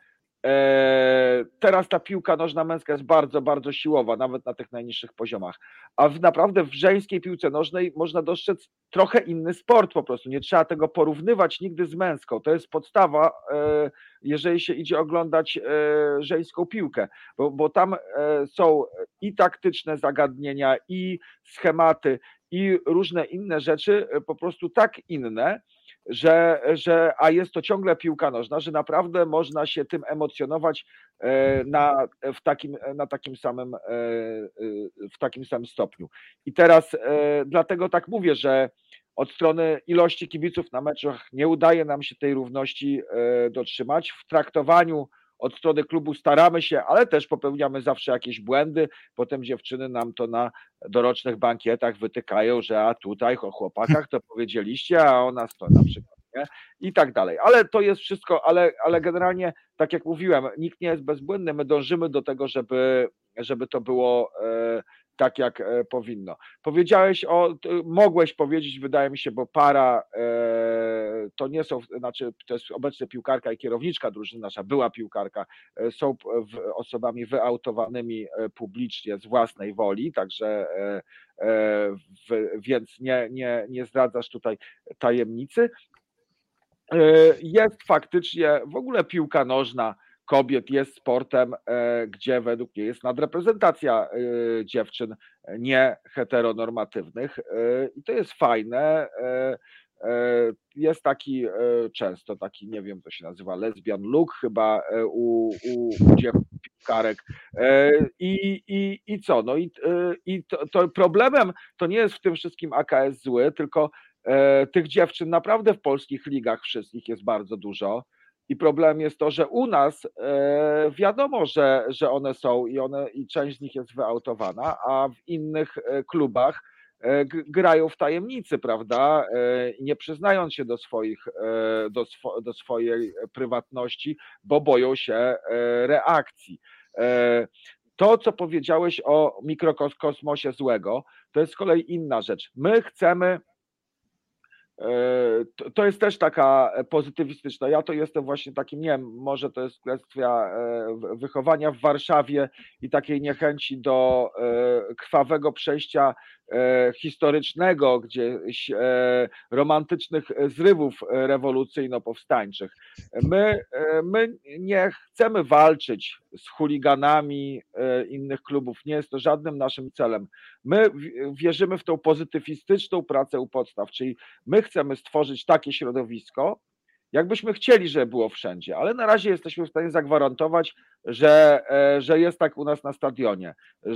Speaker 3: Teraz ta piłka nożna męska jest bardzo, bardzo siłowa, nawet na tych najniższych poziomach. A naprawdę w żeńskiej piłce nożnej można dostrzec trochę inny sport po prostu. Nie trzeba tego porównywać nigdy z męską. To jest podstawa, jeżeli się idzie oglądać żeńską piłkę, bo tam są i taktyczne zagadnienia, i schematy, i różne inne rzeczy, po prostu tak inne, a jest to ciągle piłka nożna, że naprawdę można się tym emocjonować w takim samym stopniu. I teraz dlatego tak mówię, że od strony ilości kibiców na meczach nie udaje nam się tej równości dotrzymać. W traktowaniu od strony klubu staramy się, ale też popełniamy zawsze jakieś błędy. Potem dziewczyny nam to na dorocznych bankietach wytykają, że a tutaj o chłopakach to powiedzieliście, a o nas to na przykład nie i tak dalej. Ale to jest wszystko, ale generalnie, tak jak mówiłem, nikt nie jest bezbłędny. My dążymy do tego, żeby to było tak, jak powinno. Mogłeś powiedzieć, wydaje mi się, bo para to nie są, znaczy to jest obecnie piłkarka i kierowniczka drużyny, nasza była piłkarka, są osobami wyautowanymi publicznie z własnej woli, także więc nie zdradzasz tutaj tajemnicy. Jest faktycznie, w ogóle piłka nożna kobiet jest sportem, gdzie według mnie jest nadreprezentacja dziewczyn nie heteronormatywnych i to jest fajne. Jest taki często taki, nie wiem, to się nazywa lesbian look chyba u dziewczyn piłkarek i co? No i to problemem to nie jest w tym wszystkim AKS zły, tylko tych dziewczyn naprawdę w polskich ligach wszystkich jest bardzo dużo. I problem jest to, że u nas wiadomo, że one są i część z nich jest wyautowana, a w innych klubach grają w tajemnicy, prawda? I nie przyznając się do swojej prywatności, bo boją się reakcji. To, co powiedziałeś o mikrokosmosie złego, to jest z kolei inna rzecz. My chcemy. To jest też taka pozytywistyczna. Ja to jestem właśnie takim, nie wiem, może to jest kwestia wychowania w Warszawie i takiej niechęci do krwawego przejścia historycznego, gdzieś romantycznych zrywów rewolucyjno-powstańczych. My nie chcemy walczyć z chuliganami innych klubów, nie jest to żadnym naszym celem. My wierzymy w tą pozytywistyczną pracę u podstaw, czyli my chcemy stworzyć takie środowisko, jakbyśmy chcieli, żeby było wszędzie, ale na razie jesteśmy w stanie zagwarantować, że jest tak u nas na stadionie,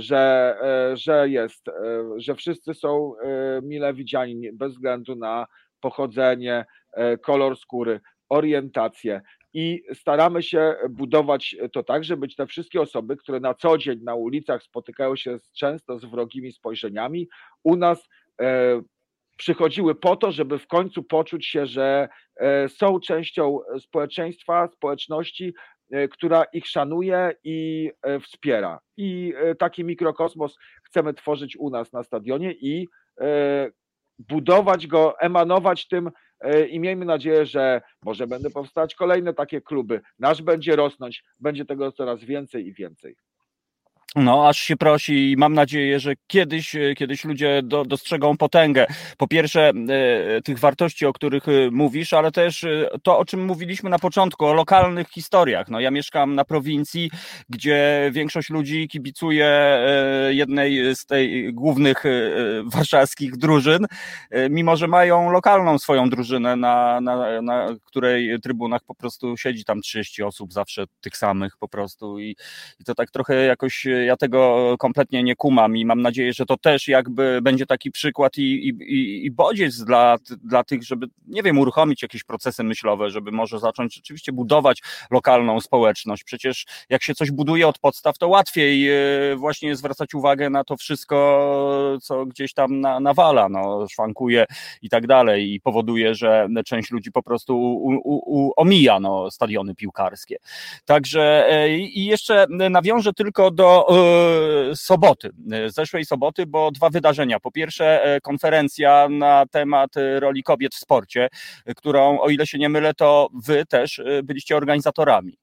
Speaker 3: że wszyscy są mile widziani bez względu na pochodzenie, kolor skóry, orientację. I staramy się budować to tak, żeby te wszystkie osoby, które na co dzień na ulicach spotykają się często z wrogimi spojrzeniami, u nas przychodziły po to, żeby w końcu poczuć się, że są częścią społeczeństwa, społeczności, która ich szanuje i wspiera. I taki mikrokosmos chcemy tworzyć u nas na stadionie i budować go, emanować tym i miejmy nadzieję, że może będą powstawać kolejne takie kluby. Nasz będzie rosnąć, będzie tego coraz więcej i więcej.
Speaker 2: No, aż się prosi i mam nadzieję, że kiedyś ludzie dostrzegą potęgę. Po pierwsze, tych wartości, o których mówisz, ale też to, o czym mówiliśmy na początku, o lokalnych historiach. No, ja mieszkam na prowincji, gdzie większość ludzi kibicuje jednej z tej głównych warszawskich drużyn, mimo że mają lokalną swoją drużynę, na której trybunach po prostu siedzi tam 30 osób, zawsze tych samych po prostu i to tak trochę jakoś ja tego kompletnie nie kumam i mam nadzieję, że to też jakby będzie taki przykład i bodziec dla tych, żeby, nie wiem, uruchomić jakieś procesy myślowe, żeby może zacząć rzeczywiście budować lokalną społeczność. Przecież jak się coś buduje od podstaw, to łatwiej właśnie zwracać uwagę na to wszystko, co gdzieś tam nawala, no, szwankuje i tak dalej i powoduje, że część ludzi po prostu omija stadiony piłkarskie. Także i jeszcze nawiążę tylko do soboty, zeszłej soboty, bo 2 wydarzenia. Po pierwsze konferencja na temat roli kobiet w sporcie, którą, o ile się nie mylę, to wy też byliście organizatorami.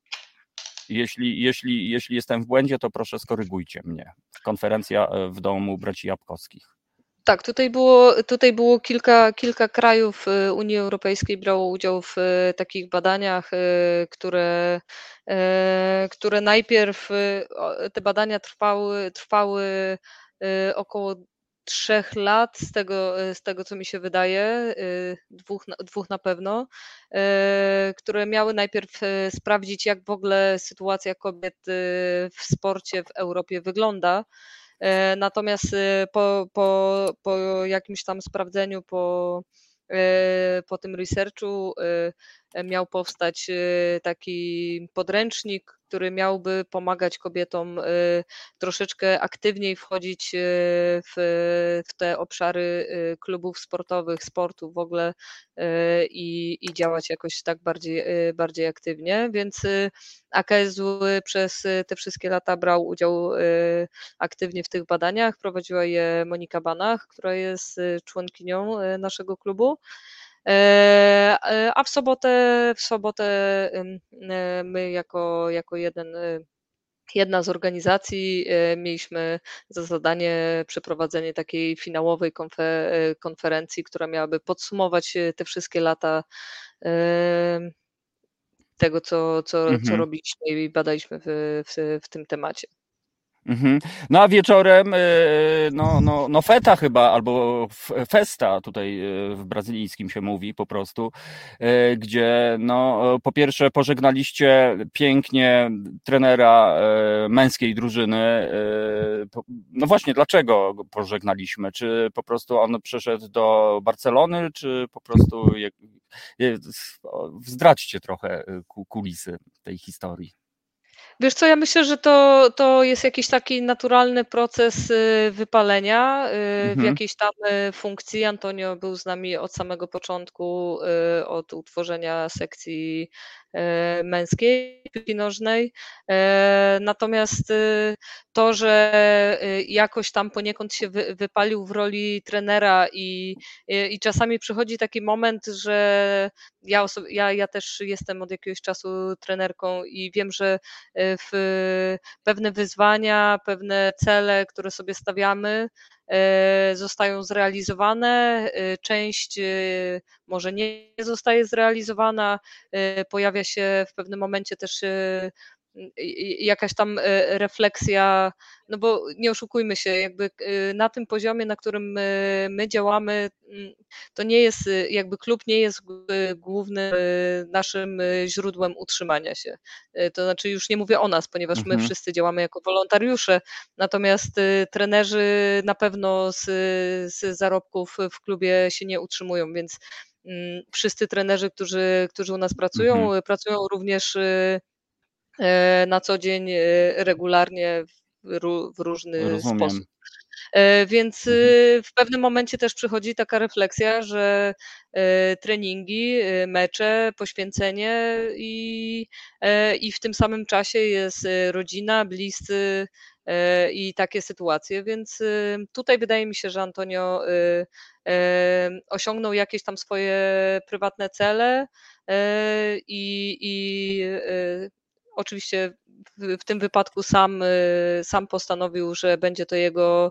Speaker 2: Jeśli jestem w błędzie, to proszę skorygujcie mnie. Konferencja w domu braci Jabłkowskich. Tak,
Speaker 4: tutaj było kilka krajów Unii Europejskiej brało udział w takich badaniach, które najpierw te badania trwały około 3 lat, z tego co mi się wydaje, 2 na pewno, które miały najpierw sprawdzić, jak w ogóle sytuacja kobiet w sporcie w Europie wygląda. Natomiast po jakimś tam sprawdzeniu, po tym researchu miał powstać taki podręcznik, który miałby pomagać kobietom troszeczkę aktywniej wchodzić w te obszary klubów sportowych, sportu w ogóle i działać jakoś tak bardziej aktywnie. Więc AKS przez te wszystkie lata brał udział aktywnie w tych badaniach. Prowadziła je Monika Banach, która jest członkinią naszego klubu. A w sobotę my jako jedna z organizacji mieliśmy za zadanie przeprowadzenie takiej finałowej konferencji, która miałaby podsumować te wszystkie lata tego, co robiliśmy i badaliśmy w tym temacie.
Speaker 2: No a wieczorem no feta chyba, albo festa tutaj w brazylijskim się mówi po prostu, gdzie no po pierwsze pożegnaliście pięknie trenera męskiej drużyny. No właśnie, dlaczego go pożegnaliśmy? Czy po prostu on przeszedł do Barcelony, czy po prostu zdradźcie trochę kulisy tej historii.
Speaker 4: Wiesz co, ja myślę, że to jest jakiś taki naturalny proces wypalenia w jakiejś tam funkcji. Antonio był z nami od samego początku, od utworzenia sekcji męskiej piłki nożnej. Natomiast to, że jakoś tam poniekąd się wypalił w roli trenera i czasami przychodzi taki moment, że ja też jestem od jakiegoś czasu trenerką i wiem, że pewne wyzwania, pewne cele, które sobie stawiamy, zostają zrealizowane, część może nie zostaje zrealizowana, pojawia się w pewnym momencie też jakaś tam refleksja, no bo nie oszukujmy się, jakby na tym poziomie, na którym my działamy, to nie jest, jakby klub nie jest głównym naszym źródłem utrzymania się. To znaczy już nie mówię o nas, ponieważ my wszyscy działamy jako wolontariusze, natomiast trenerzy na pewno z zarobków w klubie się nie utrzymują, więc wszyscy trenerzy, którzy u nas pracują również na co dzień regularnie w różny sposób. Więc w pewnym momencie też przychodzi taka refleksja, że treningi, mecze, poświęcenie i w tym samym czasie jest rodzina, bliscy i takie sytuacje, więc tutaj wydaje mi się, że Antonio osiągnął jakieś tam swoje prywatne cele i oczywiście w tym wypadku sam postanowił, że będzie to jego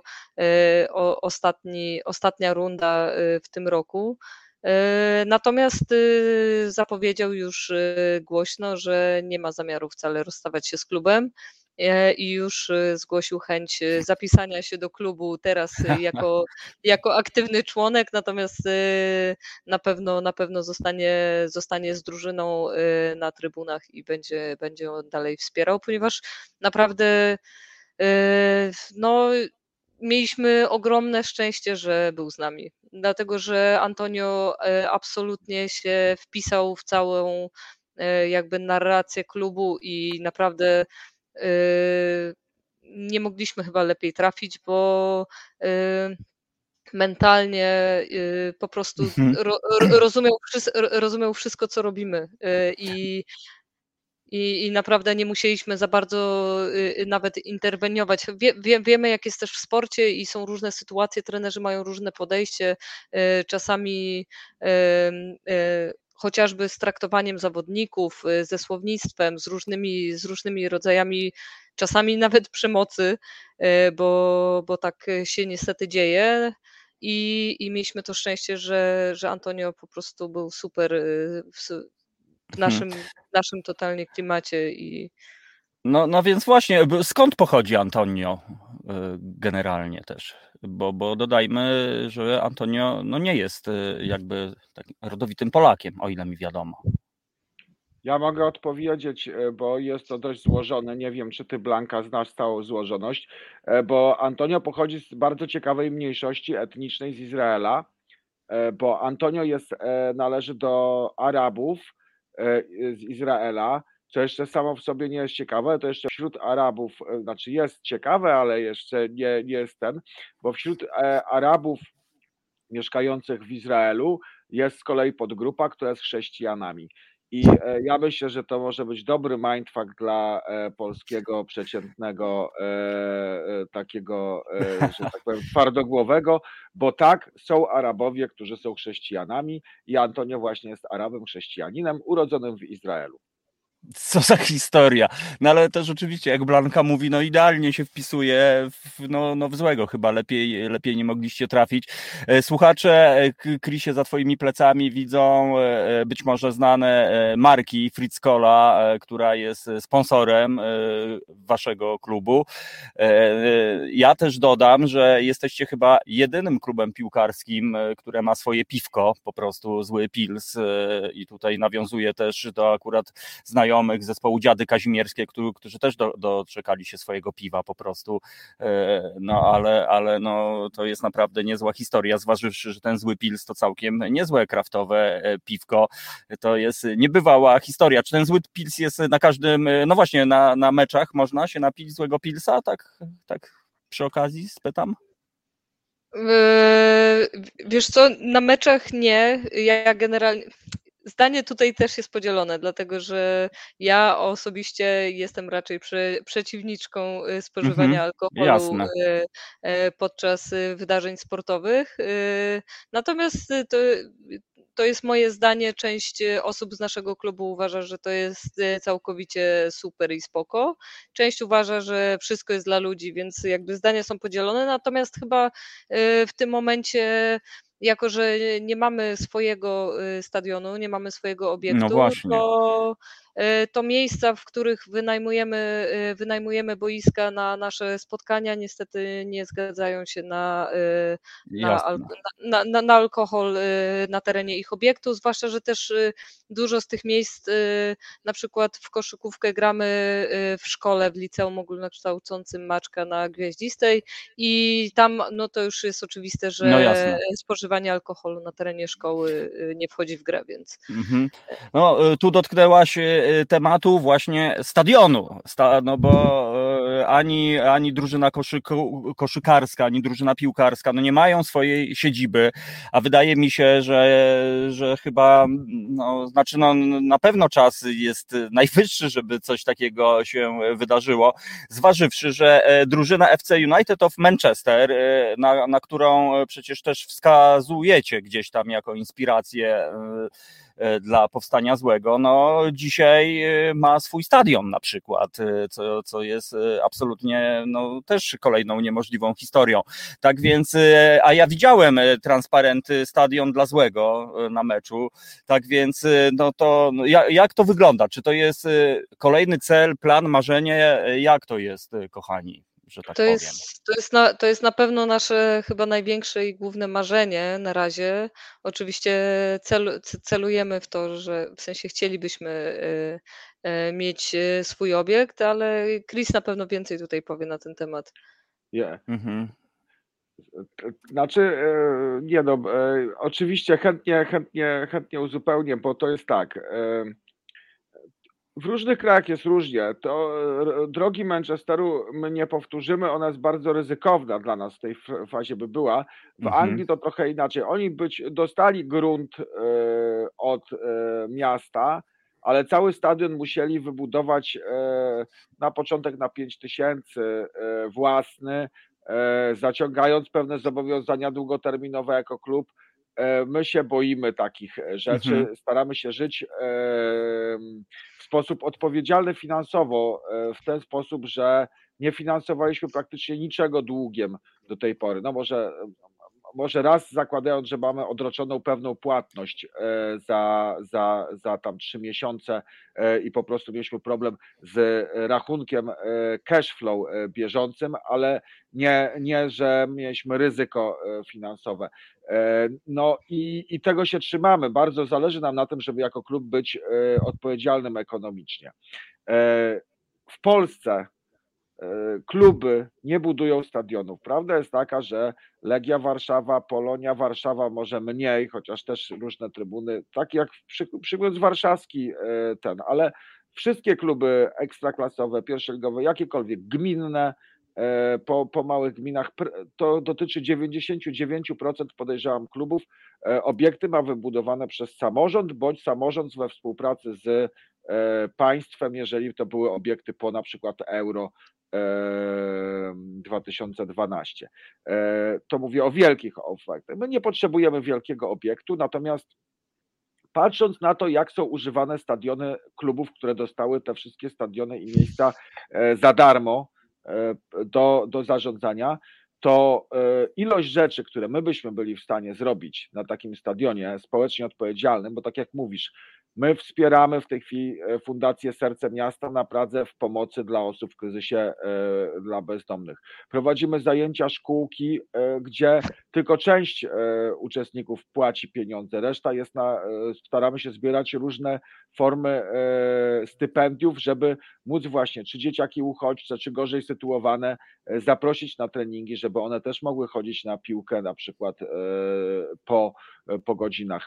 Speaker 4: ostatnia runda w tym roku. Natomiast zapowiedział już głośno, że nie ma zamiaru wcale rozstawać się z klubem i już zgłosił chęć zapisania się do klubu teraz jako aktywny członek, natomiast na pewno zostanie z drużyną na trybunach i będzie on dalej wspierał, ponieważ naprawdę no, mieliśmy ogromne szczęście, że był z nami, dlatego że Antonio absolutnie się wpisał w całą jakby narrację klubu i naprawdę nie mogliśmy chyba lepiej trafić, bo mentalnie po prostu rozumiał wszystko, co robimy i naprawdę nie musieliśmy za bardzo nawet interweniować. Wiemy, jak jest też w sporcie i są różne sytuacje, trenerzy mają różne podejście, czasami chociażby z traktowaniem zawodników, ze słownictwem, z różnymi rodzajami, czasami nawet przemocy, bo tak się niestety dzieje. I mieliśmy to szczęście, że Antonio po prostu był super w naszym totalnie klimacie
Speaker 2: No więc właśnie, skąd pochodzi Antonio generalnie też? Bo dodajmy, że Antonio no nie jest jakby takim rodowitym Polakiem, o ile mi wiadomo.
Speaker 3: Ja mogę odpowiedzieć, bo jest to dość złożone. Nie wiem, czy ty, Blanka, znasz całą złożoność, bo Antonio pochodzi z bardzo ciekawej mniejszości etnicznej z Izraela, bo Antonio należy do Arabów z Izraela, co jeszcze samo w sobie nie jest ciekawe, to jeszcze wśród Arabów, znaczy jest ciekawe, ale jeszcze nie jest bo wśród Arabów mieszkających w Izraelu jest z kolei podgrupa, która jest chrześcijanami. I ja myślę, że to może być dobry mindfuck dla polskiego przeciętnego takiego, że tak powiem, twardogłowego, bo tak, są Arabowie, którzy są chrześcijanami i Antonio właśnie jest Arabem, chrześcijaninem urodzonym w Izraelu.
Speaker 2: Co za historia. No ale też oczywiście, jak Blanka mówi, no idealnie się wpisuje w złego. Chyba lepiej nie mogliście trafić. Słuchacze, Chrisie, za twoimi plecami widzą być może znane marki Fritz Cola, która jest sponsorem waszego klubu. Ja też dodam, że jesteście chyba jedynym klubem piłkarskim, które ma swoje piwko, po prostu zły Pils, i tutaj nawiązuje też do akurat znajomych zespołu Dziady Kazimierskie, którzy też doczekali się swojego piwa po prostu, no ale no, to jest naprawdę niezła historia, zważywszy, że ten zły Pils to całkiem niezłe kraftowe piwko, to jest niebywała historia. Czy ten zły Pils jest na każdym, no właśnie na meczach można się napić złego Pilsa, tak przy okazji spytam?
Speaker 4: Wiesz co, na meczach nie, ja generalnie... Zdanie tutaj też jest podzielone, dlatego że ja osobiście jestem raczej przeciwniczką spożywania alkoholu
Speaker 2: jasne.
Speaker 4: Podczas wydarzeń sportowych. Natomiast to jest moje zdanie. Część osób z naszego klubu uważa, że to jest całkowicie super i spoko. Część uważa, że wszystko jest dla ludzi, więc jakby zdania są podzielone. Natomiast chyba w tym momencie, jako że nie mamy swojego stadionu, nie mamy swojego obiektu,
Speaker 2: No właśnie.
Speaker 4: to miejsca, w których wynajmujemy boiska na nasze spotkania, niestety nie zgadzają się na alkohol na terenie ich obiektu, zwłaszcza, że też dużo z tych miejsc, na przykład w koszykówkę gramy w szkole, w liceum ogólnokształcącym Maczka na Gwiaździstej i tam no to już jest oczywiste, że spożywanie alkoholu na terenie szkoły nie wchodzi w grę, więc...
Speaker 2: No, tu dotknęłaś tematu właśnie stadionu, no bo ani drużyna koszykarska, ani drużyna piłkarska no nie mają swojej siedziby, a wydaje mi się, że chyba, no, znaczy no, na pewno czas jest najwyższy, żeby coś takiego się wydarzyło, zważywszy, że drużyna FC United of Manchester, na którą przecież też wskazujecie gdzieś tam jako inspirację dla powstania złego, no dzisiaj ma swój stadion na przykład, co jest absolutnie no, też kolejną niemożliwą historią. Tak więc, a ja widziałem transparenty stadion dla złego na meczu, tak więc no to jak to wygląda? Czy to jest kolejny cel, plan, marzenie? Jak to jest, kochani? Że tak powiem.
Speaker 4: To jest na pewno nasze chyba największe i główne marzenie na razie. Oczywiście celujemy w to, że w sensie chcielibyśmy mieć swój obiekt, ale Chris na pewno więcej tutaj powie na ten temat.
Speaker 3: Znaczy, nie no, oczywiście chętnie uzupełnię, bo to jest tak. W różnych krajach jest różnie. To drogi Manchesteru my nie powtórzymy, ona jest bardzo ryzykowna dla nas w tej fazie by była. W Anglii to trochę inaczej. Oni dostali grunt od miasta, ale cały stadion musieli wybudować na początek na 5000 własny, zaciągając pewne zobowiązania długoterminowe jako klub. My się boimy takich rzeczy, staramy się żyć w sposób odpowiedzialny finansowo, w ten sposób, że nie finansowaliśmy praktycznie niczego długiem do tej pory. No może raz zakładając, że mamy odroczoną pewną płatność za tam 3 miesiące i po prostu mieliśmy problem z rachunkiem cash flow bieżącym, ale nie, że mieliśmy ryzyko finansowe. No i tego się trzymamy. Bardzo zależy nam na tym, żeby jako klub być odpowiedzialnym ekonomicznie. W Polsce kluby nie budują stadionów. Prawda jest taka, że Legia Warszawa, Polonia Warszawa może mniej, chociaż też różne trybuny, tak jak przykład warszawski ale wszystkie kluby ekstraklasowe, pierwszoligowe, jakiekolwiek gminne, po małych gminach, to dotyczy 99% podejrzewam klubów, obiekty ma wybudowane przez samorząd, bądź samorząd we współpracy z państwem, jeżeli to były obiekty po na przykład Euro 2012. To mówię o wielkich ofertach. My nie potrzebujemy wielkiego obiektu, natomiast patrząc na to, jak są używane stadiony klubów, które dostały te wszystkie stadiony i miejsca za darmo do zarządzania, to ilość rzeczy, które my byśmy byli w stanie zrobić na takim stadionie społecznie odpowiedzialnym, bo tak jak mówisz, my wspieramy w tej chwili Fundację Serce Miasta na Pradze w pomocy dla osób w kryzysie, dla bezdomnych. Prowadzimy zajęcia, szkółki, gdzie tylko część uczestników płaci pieniądze, reszta jest staramy się zbierać różne formy stypendiów, żeby móc właśnie, czy dzieciaki uchodźcze, czy gorzej sytuowane, zaprosić na treningi, żeby one też mogły chodzić na piłkę na przykład po godzinach.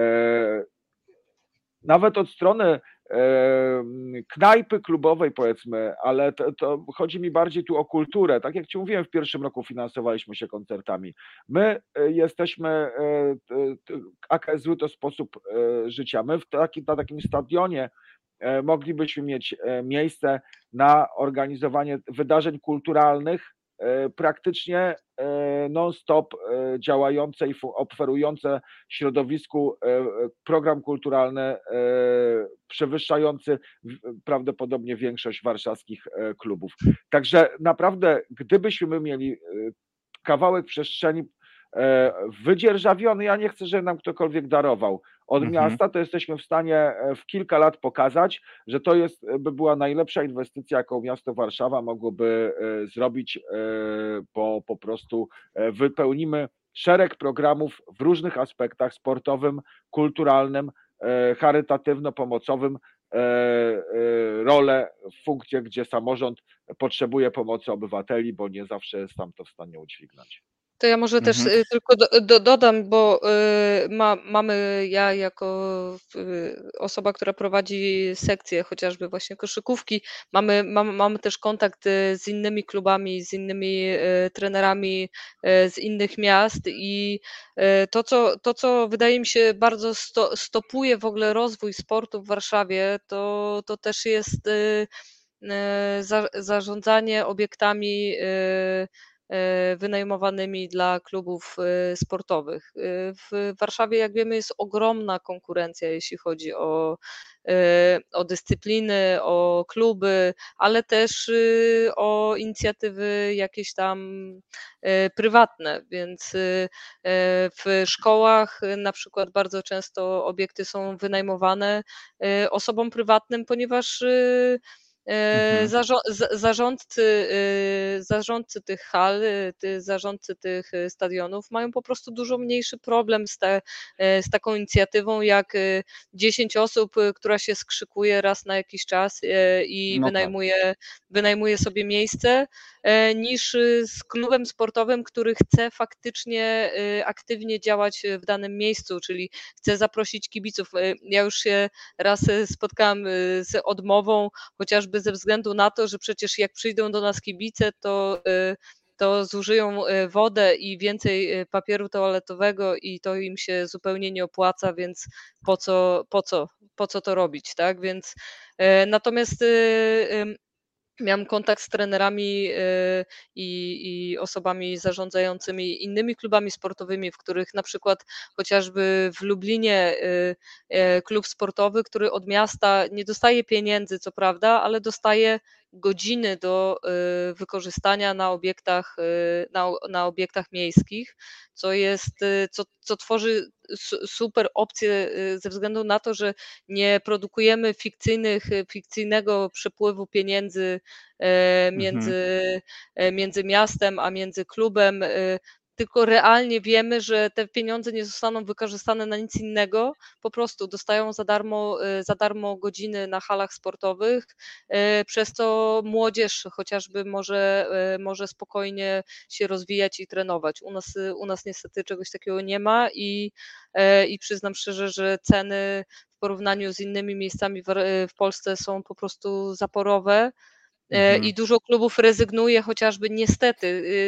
Speaker 3: Nawet od strony knajpy klubowej powiedzmy, ale to chodzi mi bardziej tu o kulturę. Tak jak Ci mówiłem, w pierwszym roku finansowaliśmy się koncertami. My jesteśmy, AKS-u to sposób życia. My na takim stadionie moglibyśmy mieć miejsce na organizowanie wydarzeń kulturalnych, praktycznie non-stop działające i oferujące środowisku program kulturalny przewyższający prawdopodobnie większość warszawskich klubów. Także naprawdę, gdybyśmy mieli kawałek przestrzeni wydzierżawiony, ja nie chcę, żeby nam ktokolwiek darował od miasta, to jesteśmy w stanie w kilka lat pokazać, że to by była najlepsza inwestycja, jaką miasto Warszawa mogłoby zrobić, bo po prostu wypełnimy szereg programów w różnych aspektach sportowym, kulturalnym, charytatywno-pomocowym, rolę, funkcje, gdzie samorząd potrzebuje pomocy obywateli, bo nie zawsze jest tam to w stanie udźwignąć.
Speaker 4: To ja może też tylko dodam, bo ja jako osoba, która prowadzi sekcję chociażby właśnie koszykówki, mamy też kontakt z innymi klubami, z innymi trenerami z innych miast i to, co wydaje mi się bardzo stopuje w ogóle rozwój sportu w Warszawie, to też jest zarządzanie obiektami wynajmowanymi dla klubów sportowych. W Warszawie, jak wiemy, jest ogromna konkurencja, jeśli chodzi o dyscypliny, o kluby, ale też o inicjatywy jakieś tam prywatne, więc w szkołach na przykład bardzo często obiekty są wynajmowane osobom prywatnym, ponieważ zarządcy tych hal, zarządcy tych stadionów mają po prostu dużo mniejszy problem z taką inicjatywą jak 10 osób, która się skrzykuje raz na jakiś czas i wynajmuje sobie miejsce, niż z klubem sportowym, który chce faktycznie aktywnie działać w danym miejscu, czyli chce zaprosić kibiców. Ja już się raz spotkałam z odmową, chociażby ze względu na to, że przecież jak przyjdą do nas kibice, to zużyją wodę i więcej papieru toaletowego i to im się zupełnie nie opłaca, więc po co to robić, tak? Więc natomiast miałam kontakt z trenerami i osobami zarządzającymi innymi klubami sportowymi, w których na przykład chociażby w Lublinie klub sportowy, który od miasta nie dostaje pieniędzy, co prawda, ale dostaje godziny do wykorzystania na obiektach miejskich, co tworzy super opcję ze względu na to, że nie produkujemy fikcyjnego przepływu pieniędzy
Speaker 2: Mhm.
Speaker 4: między miastem a między klubem, tylko realnie wiemy, że te pieniądze nie zostaną wykorzystane na nic innego, po prostu dostają za darmo godziny na halach sportowych, przez co młodzież chociażby może spokojnie się rozwijać i trenować. U nas niestety czegoś takiego nie ma i przyznam szczerze, że ceny w porównaniu z innymi miejscami w Polsce są po prostu zaporowe. I dużo klubów rezygnuje chociażby niestety,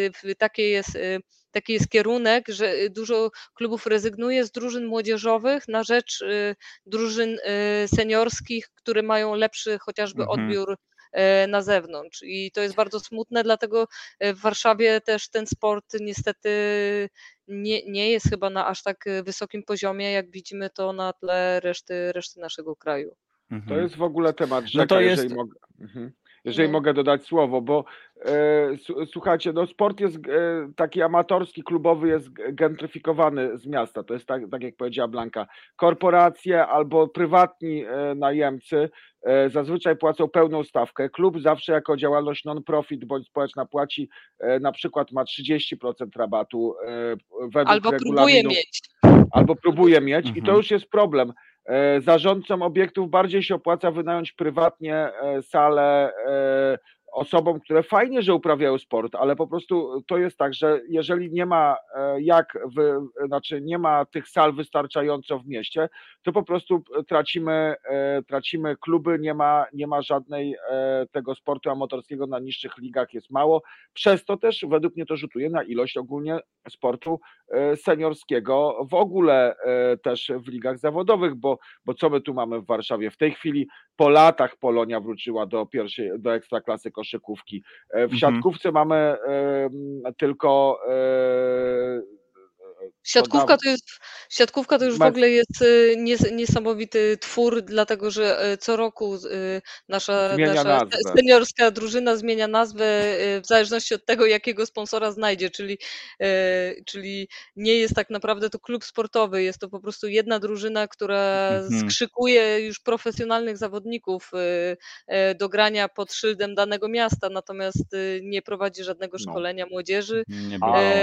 Speaker 4: taki jest kierunek, że dużo klubów rezygnuje z drużyn młodzieżowych na rzecz drużyn seniorskich, które mają lepszy chociażby
Speaker 2: Mhm.
Speaker 4: odbiór na zewnątrz. I to jest bardzo smutne, dlatego w Warszawie też ten sport niestety nie jest chyba na aż tak wysokim poziomie, jak widzimy to na tle reszty naszego kraju.
Speaker 3: To
Speaker 2: Mhm.
Speaker 3: jest w ogóle temat
Speaker 2: No to
Speaker 3: rzeka,
Speaker 2: jest.
Speaker 3: jeżeli
Speaker 4: No.
Speaker 3: mogę dodać słowo, bo słuchajcie, no sport jest taki amatorski, klubowy jest gentryfikowany z miasta. To jest tak jak powiedziała Blanka. Korporacje albo prywatni najemcy zazwyczaj płacą pełną stawkę. Klub zawsze jako działalność non-profit bądź społeczna płaci, na przykład ma 30% rabatu według
Speaker 4: Albo próbuje
Speaker 3: regulaminu.
Speaker 4: mieć.
Speaker 3: Albo próbuje mieć i to
Speaker 2: Mhm.
Speaker 3: już jest problem. Zarządcom obiektów bardziej się opłaca wynająć prywatnie salę osobom, które fajnie, że uprawiają sport, ale po prostu to jest tak, że jeżeli nie ma nie ma tych sal wystarczająco w mieście, to po prostu tracimy kluby, nie ma żadnej tego sportu amatorskiego, na niższych ligach jest mało. Przez to też według mnie to rzutuje na ilość ogólnie sportu seniorskiego, w ogóle też w ligach zawodowych, bo co my tu mamy w Warszawie? W tej chwili po latach Polonia wróciła do ekstraklasy koszykówki. W siatkówce mamy tylko
Speaker 4: Siatkówka to już w ogóle jest niesamowity twór, dlatego że co roku nasza
Speaker 3: Zmienia nazwę.
Speaker 4: seniorska drużyna zmienia nazwę w zależności od tego, jakiego sponsora znajdzie, czyli nie jest tak naprawdę to klub sportowy, jest to po prostu jedna drużyna, która skrzykuje już profesjonalnych zawodników do grania pod szyldem danego miasta, natomiast nie prowadzi żadnego szkolenia młodzieży.
Speaker 2: Nie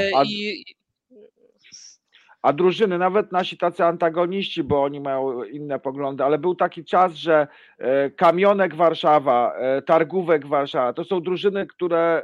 Speaker 3: A drużyny, nawet nasi tacy antagoniści, bo oni mają inne poglądy, ale był taki czas, że Kamionek Warszawa, Targówek Warszawa, to są drużyny, które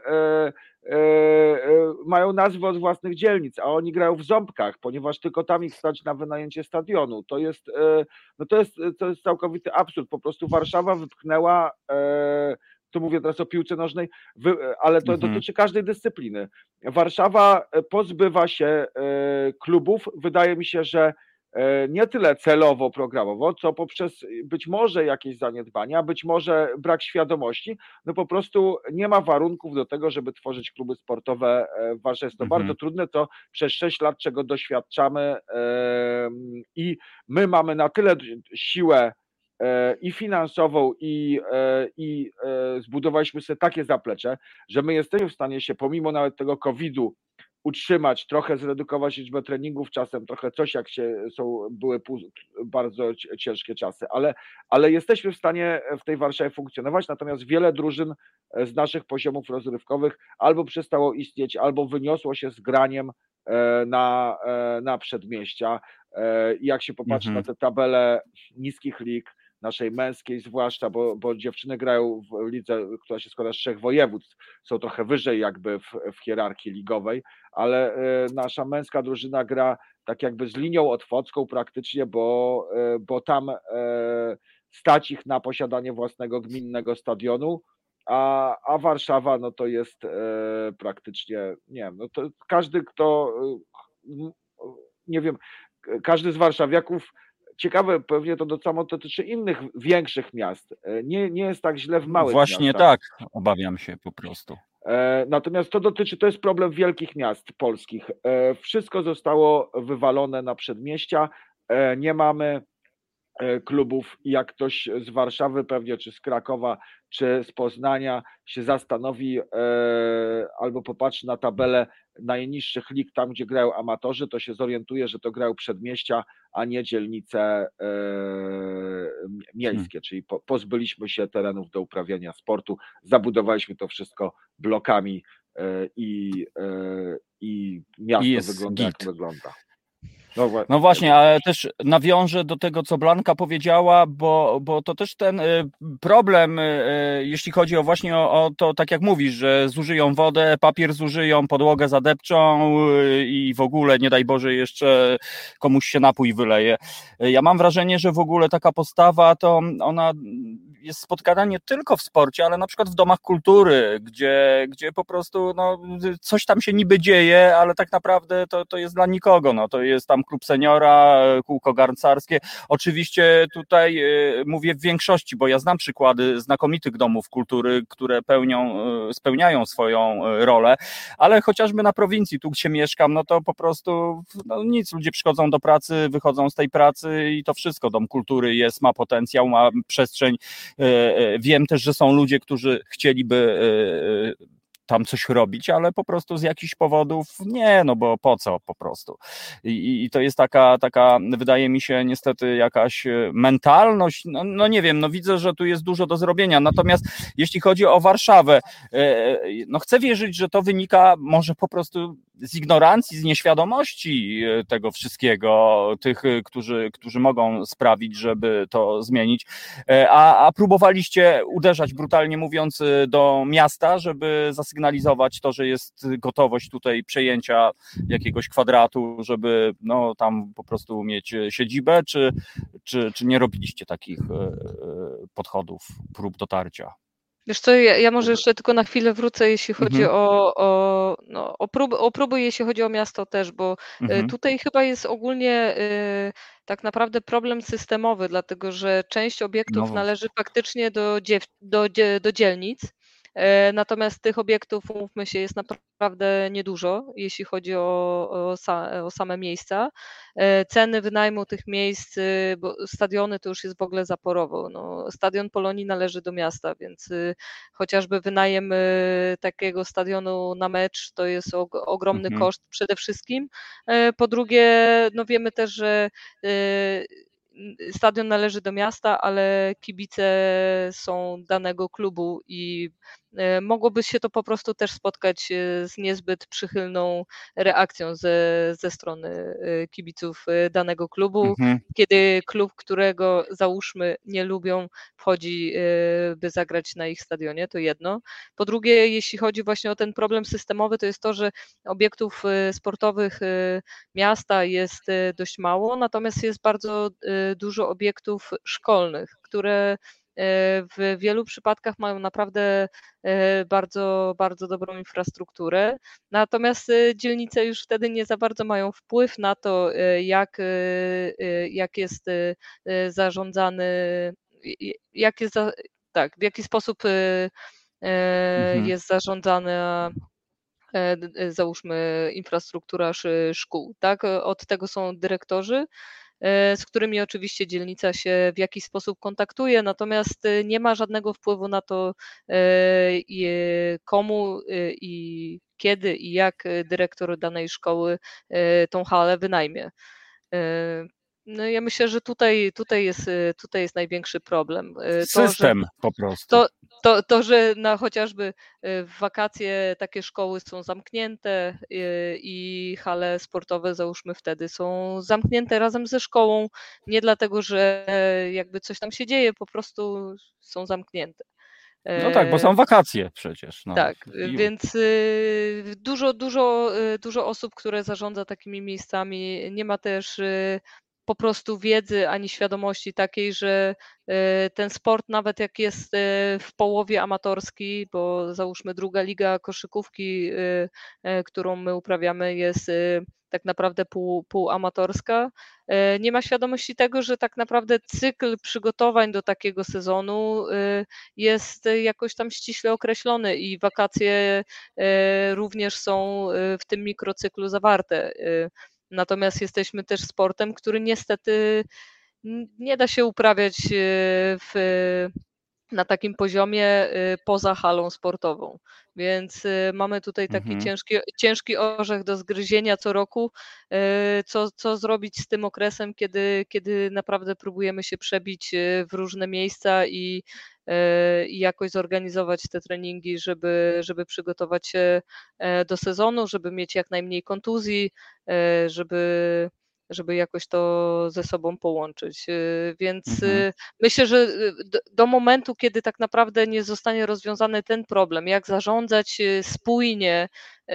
Speaker 3: mają nazwy od własnych dzielnic, a oni grają w Ząbkach, ponieważ tylko tam ich stać na wynajęcie stadionu. To jest całkowity absurd. Po prostu Warszawa wypchnęła, tu mówię teraz o piłce nożnej, ale to dotyczy każdej dyscypliny. Warszawa pozbywa się klubów, wydaje mi się, że nie tyle celowo, programowo, co poprzez być może jakieś zaniedbania, być może brak świadomości, no po prostu nie ma warunków do tego, żeby tworzyć kluby sportowe w Warszawie. Jest to bardzo trudne, to przez 6 lat, czego doświadczamy i my mamy na tyle siłę i finansową i zbudowaliśmy sobie takie zaplecze, że my jesteśmy w stanie się pomimo nawet tego COVID-u utrzymać, trochę zredukować liczbę treningów czasem, trochę coś jak były bardzo ciężkie czasy, ale jesteśmy w stanie w tej Warszawie funkcjonować, natomiast wiele drużyn z naszych poziomów rozrywkowych albo przestało istnieć, albo wyniosło się z graniem na przedmieścia. I jak się popatrzy na te tabele niskich lig, naszej męskiej zwłaszcza, bo dziewczyny grają w lidze, która się składa z 3 województw, są trochę wyżej jakby w hierarchii ligowej, ale nasza męska drużyna gra tak jakby z linią otwocką praktycznie, bo tam stać ich na posiadanie własnego gminnego stadionu, a Warszawa no to jest praktycznie, nie wiem, no to każdy nie wiem, każdy z warszawiaków. Ciekawe, pewnie to samo dotyczy innych większych miast. Nie jest tak źle w małych miastach.
Speaker 2: Właśnie tak, obawiam się po prostu.
Speaker 3: Natomiast to jest problem wielkich miast polskich. Wszystko zostało wywalone na przedmieścia. Nie mamy klubów i jak ktoś z Warszawy pewnie, czy z Krakowa, czy z Poznania się zastanowi albo popatrzy na tabelę najniższych lig, tam gdzie grają amatorzy, to się zorientuje, że to grają przedmieścia, a nie dzielnice miejskie, czyli pozbyliśmy się terenów do uprawiania sportu, zabudowaliśmy to wszystko blokami i miasto wygląda jak wygląda.
Speaker 2: No właśnie, ale też nawiążę do tego, co Blanka powiedziała, bo to też ten problem, jeśli chodzi właśnie o to, tak jak mówisz, że zużyją wodę, papier zużyją, podłogę zadepczą i w ogóle, nie daj Boże, jeszcze komuś się napój wyleje. Ja mam wrażenie, że w ogóle taka postawa, to ona jest spotkana nie tylko w sporcie, ale na przykład w domach kultury, gdzie po prostu coś tam się niby dzieje, ale tak naprawdę to jest dla nikogo. No, to jest tam klub seniora, kółko garncarskie. Oczywiście tutaj mówię w większości, bo ja znam przykłady znakomitych domów kultury, które spełniają swoją rolę, ale chociażby na prowincji, tu gdzie mieszkam, no to po prostu nic, ludzie przychodzą do pracy, wychodzą z tej pracy i to wszystko. Dom kultury jest, ma potencjał, ma przestrzeń. Wiem też, że są ludzie, którzy chcieliby tam coś robić, ale po prostu z jakichś powodów nie, no bo po co po prostu. I to jest taka, wydaje mi się, niestety jakaś mentalność, no nie wiem, no widzę, że tu jest dużo do zrobienia, natomiast jeśli chodzi o Warszawę, no chcę wierzyć, że to wynika może po prostu z ignorancji, z nieświadomości tego wszystkiego, tych, którzy mogą sprawić, żeby to zmienić, a próbowaliście uderzać, brutalnie mówiąc, do miasta, żeby zasygnalizować to, że jest gotowość tutaj przejęcia jakiegoś kwadratu, żeby tam po prostu mieć siedzibę, czy nie robiliście takich podchodów, prób dotarcia?
Speaker 4: Wiesz co, ja może jeszcze tylko na chwilę wrócę, jeśli chodzi o próby, jeśli chodzi o miasto też, bo tutaj chyba jest ogólnie tak naprawdę problem systemowy, dlatego że część obiektów należy faktycznie do dzielnic, natomiast tych obiektów, umówmy się, jest naprawdę niedużo, jeśli chodzi o same miejsca. Ceny wynajmu tych miejsc, bo stadiony to już jest w ogóle zaporowo. Stadion Polonii należy do miasta, więc chociażby wynajem takiego stadionu na mecz to jest ogromny koszt przede wszystkim. Po drugie, wiemy też, że stadion należy do miasta, ale kibice są danego klubu i mogłoby się to po prostu też spotkać z niezbyt przychylną reakcją ze strony kibiców danego klubu, kiedy klub, którego załóżmy nie lubią, wchodzi, by zagrać na ich stadionie, to jedno. Po drugie, jeśli chodzi właśnie o ten problem systemowy, to jest to, że obiektów sportowych miasta jest dość mało, natomiast jest bardzo dużo obiektów szkolnych, które w wielu przypadkach mają naprawdę bardzo, bardzo dobrą infrastrukturę, natomiast dzielnice już wtedy nie za bardzo mają wpływ na to, jak jest zarządzany, w jaki sposób jest zarządzana, załóżmy, infrastruktura szkół, tak? Od tego są dyrektorzy, z którymi oczywiście dzielnica się w jakiś sposób kontaktuje, natomiast nie ma żadnego wpływu na to, komu i kiedy i jak dyrektor danej szkoły tą halę wynajmie. No ja myślę, że tutaj jest największy problem.
Speaker 2: System po prostu.
Speaker 4: To, że chociażby w wakacje takie szkoły są zamknięte i hale sportowe, załóżmy, wtedy są zamknięte razem ze szkołą, nie dlatego, że jakby coś tam się dzieje, po prostu są zamknięte.
Speaker 2: No tak, bo są wakacje przecież.
Speaker 4: Tak, więc dużo osób, które zarządza takimi miejscami, nie ma też po prostu wiedzy ani świadomości takiej, że ten sport, nawet jak jest w połowie amatorski, bo załóżmy druga liga koszykówki, którą my uprawiamy, jest tak naprawdę półamatorska, nie ma świadomości tego, że tak naprawdę cykl przygotowań do takiego sezonu jest jakoś tam ściśle określony i wakacje również są w tym mikrocyklu zawarte. Natomiast jesteśmy też sportem, który niestety nie da się uprawiać na takim poziomie poza halą sportową. Więc mamy tutaj taki ciężki orzech do zgryzienia co roku, co zrobić z tym okresem, kiedy naprawdę próbujemy się przebić w różne miejsca i jakoś zorganizować te treningi, żeby przygotować się do sezonu, żeby mieć jak najmniej kontuzji, żeby jakoś to ze sobą połączyć. Więc myślę, że do momentu, kiedy tak naprawdę nie zostanie rozwiązany ten problem, jak zarządzać spójnie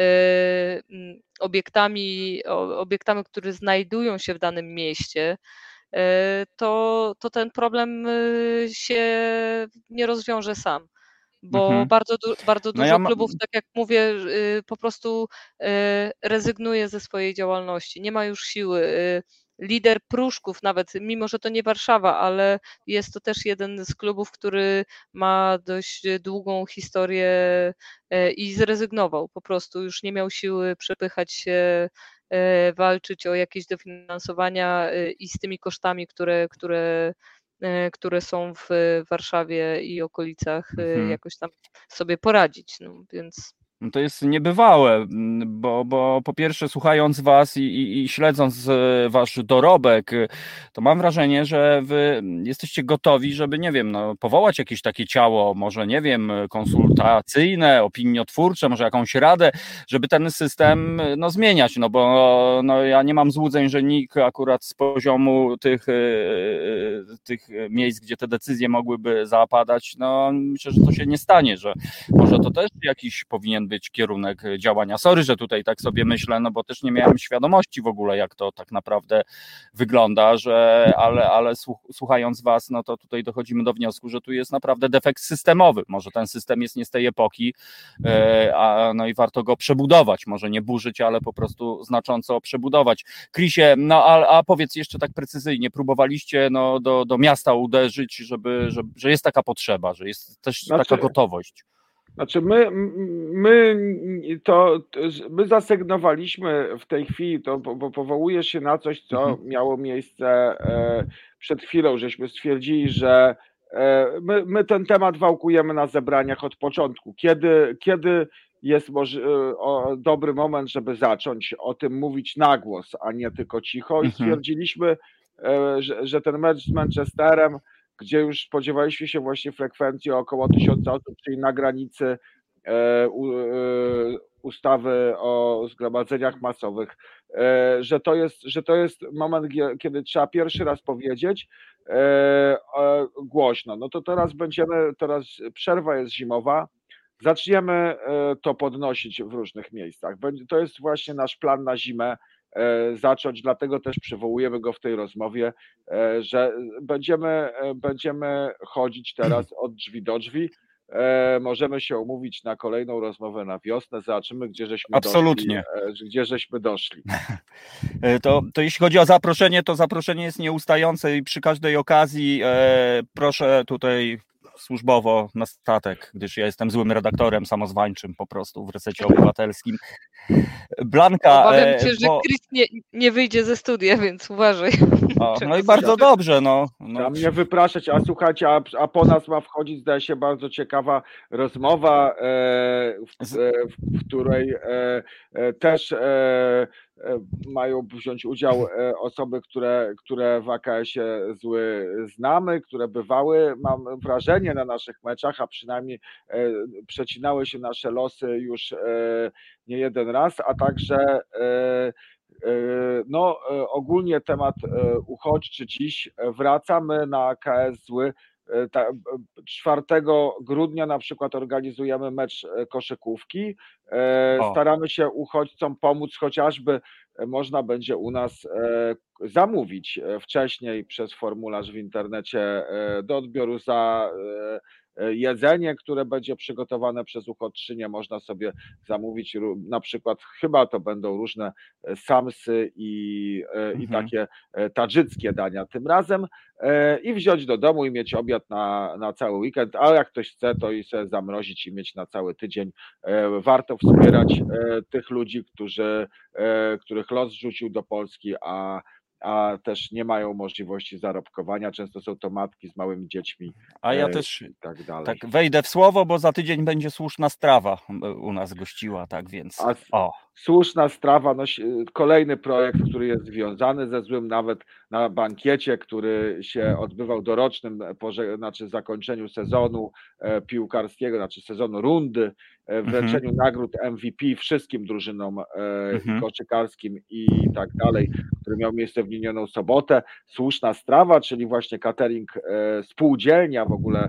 Speaker 4: obiektami, które znajdują się w danym mieście, to ten problem się nie rozwiąże sam. Bo bardzo
Speaker 2: No
Speaker 4: dużo klubów, tak jak mówię, po prostu rezygnuje ze swojej działalności, nie ma już siły. Lider Pruszków nawet, mimo że to nie Warszawa, ale jest to też jeden z klubów, który ma dość długą historię i zrezygnował. Po prostu już nie miał siły przepychać się, walczyć o jakieś dofinansowania i z tymi kosztami, które są w Warszawie i okolicach, jakoś tam sobie poradzić. No, więc
Speaker 2: No to jest niebywałe, bo po pierwsze słuchając was i śledząc wasz dorobek, to mam wrażenie, że wy jesteście gotowi, żeby, nie wiem, no, powołać jakieś takie ciało, może, nie wiem, konsultacyjne, opiniotwórcze, może jakąś radę, żeby ten system no, zmieniać, no bo no, ja nie mam złudzeń, że nikt akurat z poziomu tych miejsc, gdzie te decyzje mogłyby zapadać, no myślę, że to się nie stanie, że może to też jakiś powinien być kierunek działania. Sorry, że tutaj tak sobie myślę, no bo też nie miałem świadomości w ogóle, jak to tak naprawdę wygląda, ale słuchając was, no to tutaj dochodzimy do wniosku, że tu jest naprawdę defekt systemowy. Może ten system jest nie z tej epoki, no i warto go przebudować, może nie burzyć, ale po prostu znacząco przebudować. Chrisie, no a powiedz jeszcze tak precyzyjnie, próbowaliście no, do miasta uderzyć, że jest taka potrzeba, że jest też taka gotowość.
Speaker 3: Znaczy my zasygnowaliśmy w tej chwili, bo powołuje się na coś, co miało miejsce przed chwilą, żeśmy stwierdzili, że my ten temat wałkujemy na zebraniach od początku. Kiedy jest dobry moment, żeby zacząć o tym mówić na głos, a nie tylko cicho, i stwierdziliśmy, że ten mecz z Manchesterem, gdzie już spodziewaliśmy się właśnie frekwencji około 1000 osób, czyli na granicy ustawy o zgromadzeniach masowych, że to jest moment, kiedy trzeba pierwszy raz powiedzieć głośno. No to teraz przerwa jest zimowa, zaczniemy to podnosić w różnych miejscach. To jest właśnie nasz plan na zimę, zacząć, dlatego też przywołujemy go w tej rozmowie, że będziemy chodzić teraz od drzwi do drzwi. Możemy się umówić na kolejną rozmowę na wiosnę, zobaczymy, gdzie żeśmy doszli.
Speaker 2: To jeśli chodzi o zaproszenie, to zaproszenie jest nieustające i przy każdej okazji proszę tutaj służbowo na statek, gdyż ja jestem złym redaktorem samozwańczym po prostu w Resecie Obywatelskim. Blanka...
Speaker 4: Obawiam się, że Chris nie wyjdzie ze studia, więc uważaj.
Speaker 2: No i bardzo dobrze. No.
Speaker 3: Trzeba mnie wypraszać, a słuchajcie, a po nas ma wchodzić, zdaje się, bardzo ciekawa rozmowa, w której też mają wziąć udział osoby, które w AKS-ie znamy, które bywały, mam wrażenie, na naszych meczach, a przynajmniej przecinały się nasze losy już nie jeden raz, a także no ogólnie temat uchodźczy dziś wraca. My na AKS 4 grudnia na przykład organizujemy mecz koszykówki. Staramy się uchodźcom pomóc, chociażby można będzie u nas zamówić wcześniej przez formularz w internecie do odbioru za jedzenie, które będzie przygotowane przez uchodźczynię, można sobie zamówić na przykład, chyba to będą różne samsy i takie tadżyckie dania tym razem, i wziąć do domu i mieć obiad na cały weekend, a jak ktoś chce, to i sobie zamrozić i mieć na cały tydzień. Warto wspierać tych ludzi, których los rzucił do Polski, a a też nie mają możliwości zarobkowania. Często są to matki z małymi dziećmi
Speaker 2: A ja też
Speaker 3: i tak dalej.
Speaker 2: tak wejdę w słowo, bo za tydzień będzie Słuszna Strawa u nas gościła, tak więc
Speaker 3: Słuszna Strawa, kolejny projekt, który jest związany ze złym, nawet na bankiecie, który się odbywał dorocznym, zakończeniu sezonu piłkarskiego, sezonu rundy, wręczeniu nagród MVP wszystkim drużynom i koszykarskim i tak dalej, który miał miejsce w minioną sobotę. Słuszna Strawa, czyli właśnie catering, spółdzielnia w ogóle,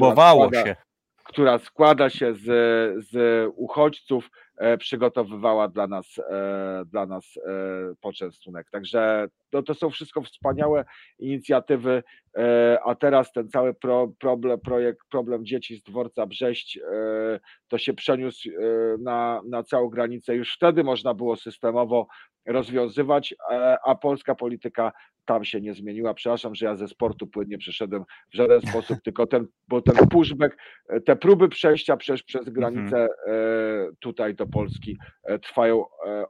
Speaker 3: która składa się z uchodźców, przygotowywała dla nas poczęstunek. Także to są wszystko wspaniałe inicjatywy, a teraz ten cały problem dzieci z dworca Brześć to się przeniósł na całą granicę. Już wtedy można było systemowo rozwiązywać, a polska polityka tam się nie zmieniła. Przepraszam, że ja ze sportu płynnie przeszedłem w żaden sposób, tylko ten pushback, te próby przejścia przez granicę tutaj do Polski trwają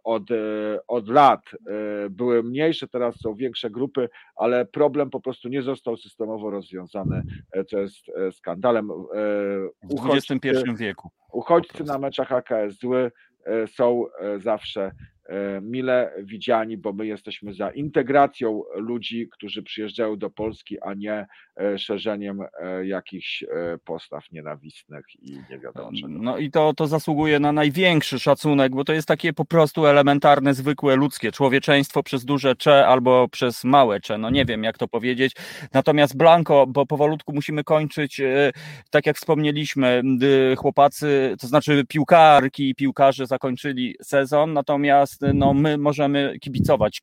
Speaker 3: od lat. Były mniejsze, teraz są większe grupy, ale problem po prostu nie został systemowo rozwiązany, co jest skandalem.
Speaker 2: W XXI wieku.
Speaker 3: Uchodźcy na meczach AKS są zawsze mile widziani, bo my jesteśmy za integracją ludzi, którzy przyjeżdżają do Polski, a nie szerzeniem jakichś postaw nienawistnych i nie wiadomo czego.
Speaker 2: No i to zasługuje na największy szacunek, bo to jest takie po prostu elementarne, zwykłe, ludzkie człowieczeństwo przez duże cze albo przez małe cze, no nie wiem jak to powiedzieć. Natomiast Blanko, bo powolutku musimy kończyć, tak jak wspomnieliśmy, chłopacy, to znaczy piłkarki i piłkarze zakończyli sezon, natomiast my możemy kibicować.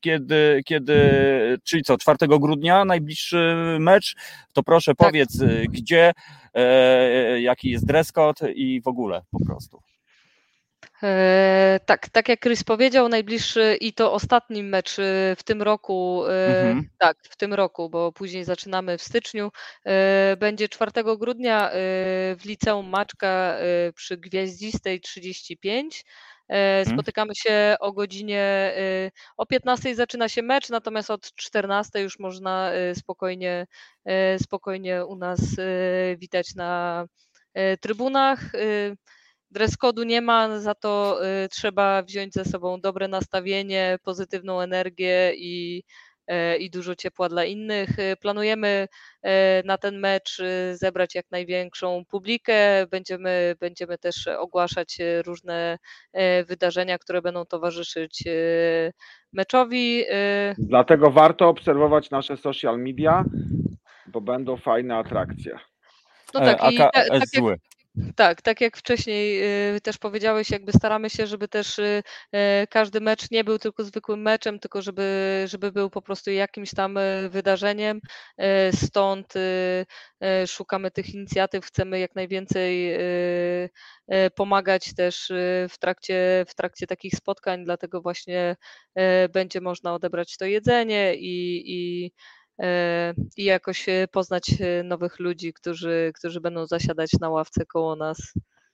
Speaker 2: Czyli co, 4 grudnia najbliższy mecz? To proszę powiedz, gdzie, jaki jest dress code i w ogóle po prostu.
Speaker 4: Tak jak Chris powiedział, najbliższy i to ostatni mecz w tym roku, tak, w tym roku, bo później zaczynamy w styczniu, będzie 4 grudnia w Liceum Maczka przy Gwiaździstej 35. Spotykamy się o godzinie, o 15 zaczyna się mecz, natomiast od 14 już można spokojnie u nas witać na trybunach. Dress code'u nie ma, za to trzeba wziąć ze sobą dobre nastawienie, pozytywną energię i dużo ciepła dla innych. Planujemy na ten mecz zebrać jak największą publikę. Będziemy też ogłaszać różne wydarzenia, które będą towarzyszyć meczowi.
Speaker 3: Dlatego warto obserwować nasze social media, bo będą fajne atrakcje.
Speaker 4: No tak, tak jak wcześniej też powiedziałeś, jakby staramy się, żeby też każdy mecz nie był tylko zwykłym meczem, tylko żeby był po prostu jakimś tam wydarzeniem. Stąd szukamy tych inicjatyw, chcemy jak najwięcej pomagać też w trakcie takich spotkań, dlatego właśnie będzie można odebrać to jedzenie i jakoś poznać nowych ludzi, którzy będą zasiadać na ławce koło nas.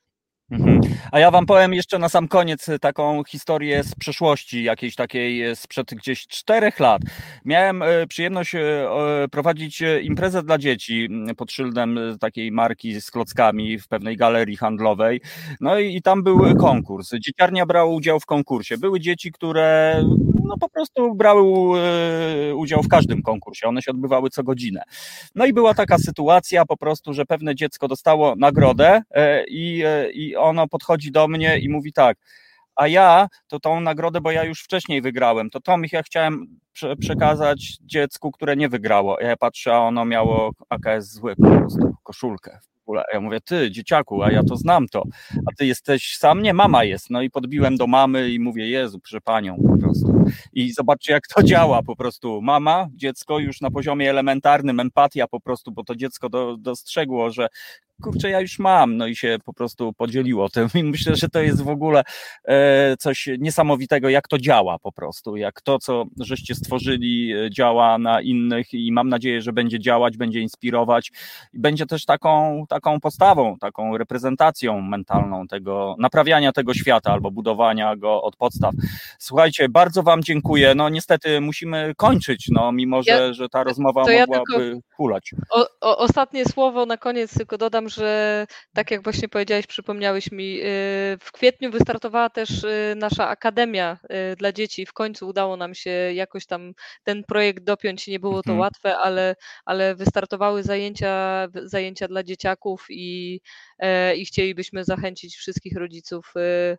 Speaker 2: A ja wam powiem jeszcze na sam koniec taką historię z przeszłości, jakiejś takiej sprzed gdzieś 4 lat. Miałem przyjemność prowadzić imprezę dla dzieci pod szyldem takiej marki z klockami w pewnej galerii handlowej. No i tam był konkurs. Dzieciarnia brała udział w konkursie. Były dzieci, które po prostu brały udział w każdym konkursie. One się odbywały co godzinę. No i była taka sytuacja po prostu, że pewne dziecko dostało nagrodę i ono podchodzi do mnie i mówi tak: a ja to tą nagrodę, bo ja już wcześniej wygrałem, to ja chciałem przekazać dziecku, które nie wygrało. Ja patrzę, a ono miało AKS zły po prostu, koszulkę. Ja mówię: ty, dzieciaku, a ja to znam to, a ty jesteś sam? Nie, mama jest. No i podbiłem do mamy i mówię: Jezu, proszę panią, po prostu. I zobaczcie, jak to działa po prostu. Mama, dziecko już na poziomie elementarnym, empatia po prostu, bo to dziecko dostrzegło, że kurczę, ja już mam, no i się po prostu podzieliło tym i myślę, że to jest w ogóle coś niesamowitego, jak to działa po prostu, jak to, co żeście stworzyli, działa na innych i mam nadzieję, że będzie działać, będzie inspirować i będzie też taką postawą, taką reprezentacją mentalną tego, naprawiania tego świata albo budowania go od podstaw. Słuchajcie, bardzo wam dziękuję, no niestety musimy kończyć, no mimo, że ta rozmowa mogłaby hulać.
Speaker 4: Ostatnie słowo na koniec, tylko dodam, że tak jak właśnie powiedziałeś, przypomniałeś mi, w kwietniu wystartowała też nasza Akademia dla dzieci. W końcu udało nam się jakoś tam ten projekt dopiąć, nie było to łatwe, ale wystartowały zajęcia dla dzieciaków i chcielibyśmy zachęcić wszystkich rodziców,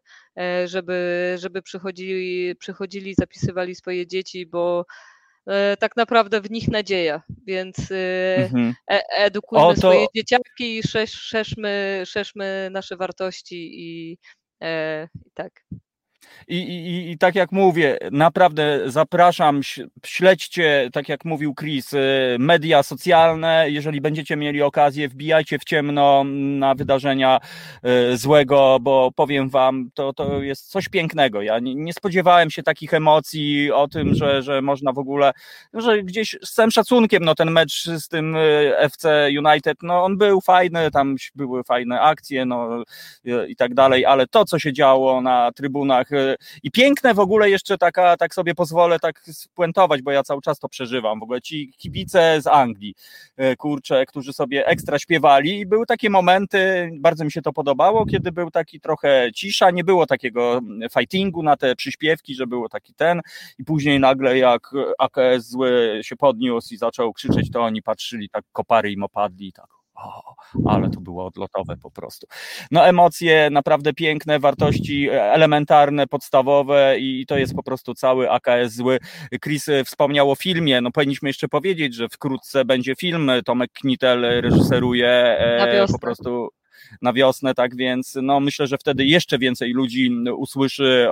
Speaker 4: żeby przychodzili, zapisywali swoje dzieci, bo tak naprawdę w nich nadzieja, więc edukujmy swoje dzieciaki, szerzmy nasze wartości i tak.
Speaker 2: I tak jak mówię, naprawdę zapraszam, śledźcie, tak jak mówił Chris, media socjalne, jeżeli będziecie mieli okazję, wbijajcie w ciemno na wydarzenia złego, bo powiem wam, to jest coś pięknego. Ja nie spodziewałem się takich emocji o tym, że można w ogóle, że gdzieś z całym szacunkiem, no ten mecz z tym FC United, no on był fajny, tam były fajne akcje, no i tak dalej, ale to, co się działo na trybunach, i piękne w ogóle jeszcze tak sobie pozwolę tak spuentować, bo ja cały czas to przeżywam, w ogóle ci kibice z Anglii, kurczę, którzy sobie ekstra śpiewali i były takie momenty, bardzo mi się to podobało, kiedy był taki trochę cisza, nie było takiego fightingu na te przyśpiewki, że było taki i później nagle jak AKS zły się podniósł i zaczął krzyczeć, to oni patrzyli, tak kopary im opadli, tak. Ale to było odlotowe po prostu. No emocje naprawdę piękne, wartości elementarne, podstawowe i to jest po prostu cały AKS zły. Chris wspomniał o filmie, no powinniśmy jeszcze powiedzieć, że wkrótce będzie film, Tomek Knitel reżyseruje po prostu na wiosnę, tak więc no myślę, że wtedy jeszcze więcej ludzi usłyszy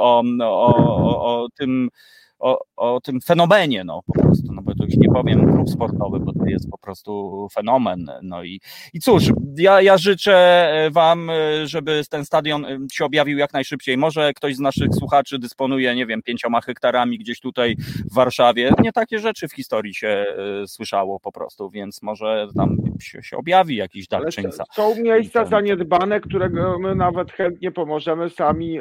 Speaker 2: o tym fenomenie, no po prostu, no bo to już nie powiem klub sportowy, bo to jest po prostu fenomen, no i cóż, ja życzę wam, żeby ten stadion się objawił jak najszybciej, może ktoś z naszych słuchaczy dysponuje, nie wiem, 5 hektarami gdzieś tutaj w Warszawie, nie takie rzeczy w historii się słyszało po prostu, więc może tam się objawi jakiś darczyńca.
Speaker 3: Są miejsca zaniedbane, którego my nawet chętnie pomożemy sami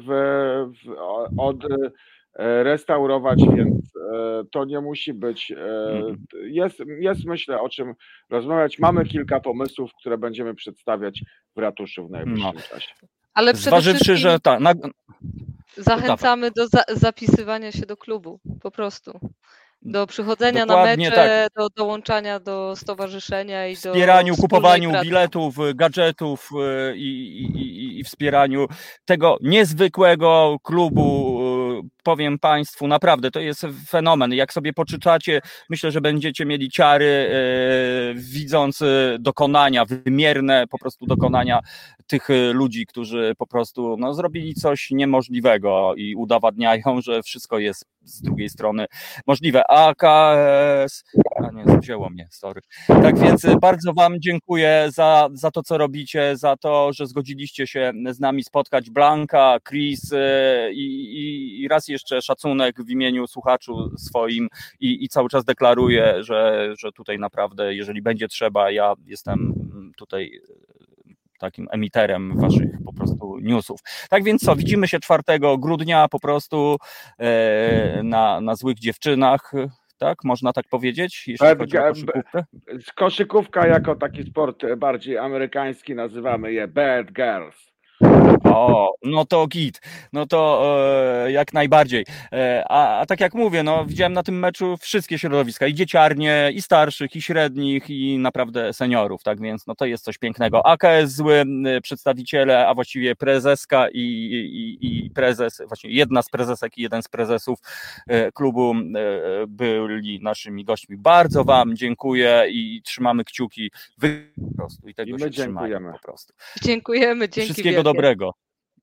Speaker 3: restaurować, więc to nie musi być, jest myślę o czym rozmawiać, mamy kilka pomysłów, które będziemy przedstawiać w ratuszu w najbliższym czasie.
Speaker 4: Ale
Speaker 2: zważywszy, że
Speaker 4: zachęcamy do zapisywania się do klubu, po prostu. Do przychodzenia
Speaker 2: dokładnie
Speaker 4: na mecze, do dołączania do stowarzyszenia i
Speaker 2: wspieraniu,
Speaker 4: do
Speaker 2: kupowaniu
Speaker 4: pracy.
Speaker 2: biletów, gadżetów i wspieraniu tego niezwykłego klubu. Powiem Państwu, naprawdę to jest fenomen. Jak sobie poczytacie, myślę, że będziecie mieli ciary, widząc dokonania, wymierne po prostu dokonania tych ludzi, którzy po prostu zrobili coś niemożliwego i udowadniają, że wszystko jest z drugiej strony możliwe. AKS, wzięło mnie, sorry. Tak więc bardzo wam dziękuję za to, co robicie, za to, że zgodziliście się z nami spotkać. Blanka, Chris i raz jeszcze szacunek w imieniu słuchaczu swoim i cały czas deklaruję, że tutaj naprawdę, jeżeli będzie trzeba, ja jestem tutaj takim emiterem waszych po prostu newsów. Tak więc co, widzimy się 4 grudnia po prostu na Złych Dziewczynach, tak? Można tak powiedzieć, jeśli chodzi o koszykówkę?
Speaker 3: Koszykówka jako taki sport bardziej amerykański nazywamy je Bad Girls.
Speaker 2: O, no to git, no to jak najbardziej. A tak jak mówię, no widziałem na tym meczu wszystkie środowiska, i dzieciarnie, i starszych, i średnich, i naprawdę seniorów, tak więc no to jest coś pięknego. AKS zły, przedstawiciele, a właściwie prezeska i prezes, właśnie jedna z prezesek i jeden z prezesów klubu byli naszymi gośćmi. Bardzo wam dziękuję i trzymamy kciuki wy po prostu i tego się trzymajmy po prostu.
Speaker 4: Dziękujemy, dzięki
Speaker 2: Wszystkiego
Speaker 4: wielkie.
Speaker 2: dobrego.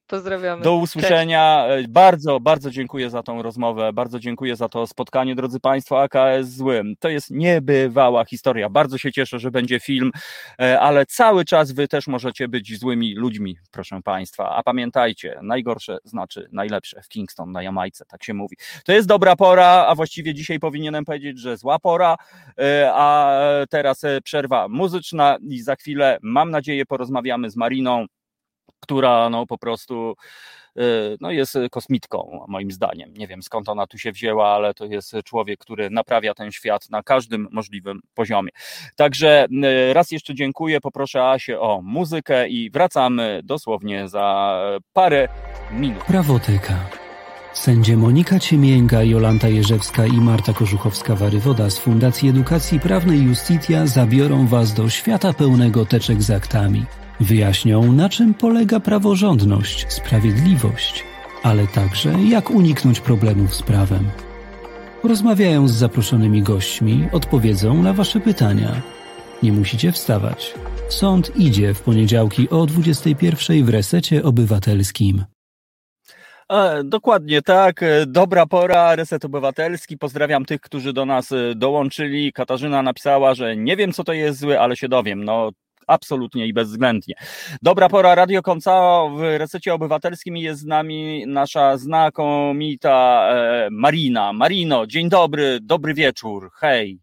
Speaker 4: Pozdrawiamy.
Speaker 2: Do usłyszenia. Cześć. Bardzo, bardzo dziękuję za tą rozmowę. Bardzo dziękuję za to spotkanie, drodzy Państwo. AKS złym. To jest niebywała historia. Bardzo się cieszę, że będzie film, ale cały czas wy też możecie być złymi ludźmi, proszę Państwa. A pamiętajcie, najgorsze znaczy najlepsze w Kingston na Jamajce, tak się mówi. To jest dobra pora, a właściwie dzisiaj powinienem powiedzieć, że zła pora, a teraz przerwa muzyczna i za chwilę, mam nadzieję, porozmawiamy z Mariną, która no po prostu no jest kosmitką, moim zdaniem. Nie wiem, skąd ona tu się wzięła, ale to jest człowiek, który naprawia ten świat na każdym możliwym poziomie. Także raz jeszcze dziękuję, poproszę Asię o muzykę i wracamy dosłownie za parę minut.
Speaker 6: Prawoteka. Sędzie Monika Ciemięga, Jolanta Jerzewska i Marta Korzuchowska-Warywoda z Fundacji Edukacji Prawnej Justitia zabiorą Was do świata pełnego teczek z aktami. Wyjaśnią, na czym polega praworządność, sprawiedliwość, ale także jak uniknąć problemów z prawem. Porozmawiają z zaproszonymi gośćmi, odpowiedzą na Wasze pytania. Nie musicie wstawać. Sąd idzie w poniedziałki o 21:00 w Resecie Obywatelskim.
Speaker 2: Dokładnie tak, dobra pora, Reset Obywatelski. Pozdrawiam tych, którzy do nas dołączyli. Katarzyna napisała, że nie wiem, co to jest zły, ale się dowiem. No, absolutnie i bezwzględnie. Dobra pora, Radio Koncao w Resecie Obywatelskim, jest z nami nasza znakomita Marina. Marino, dzień dobry, dobry wieczór, hej.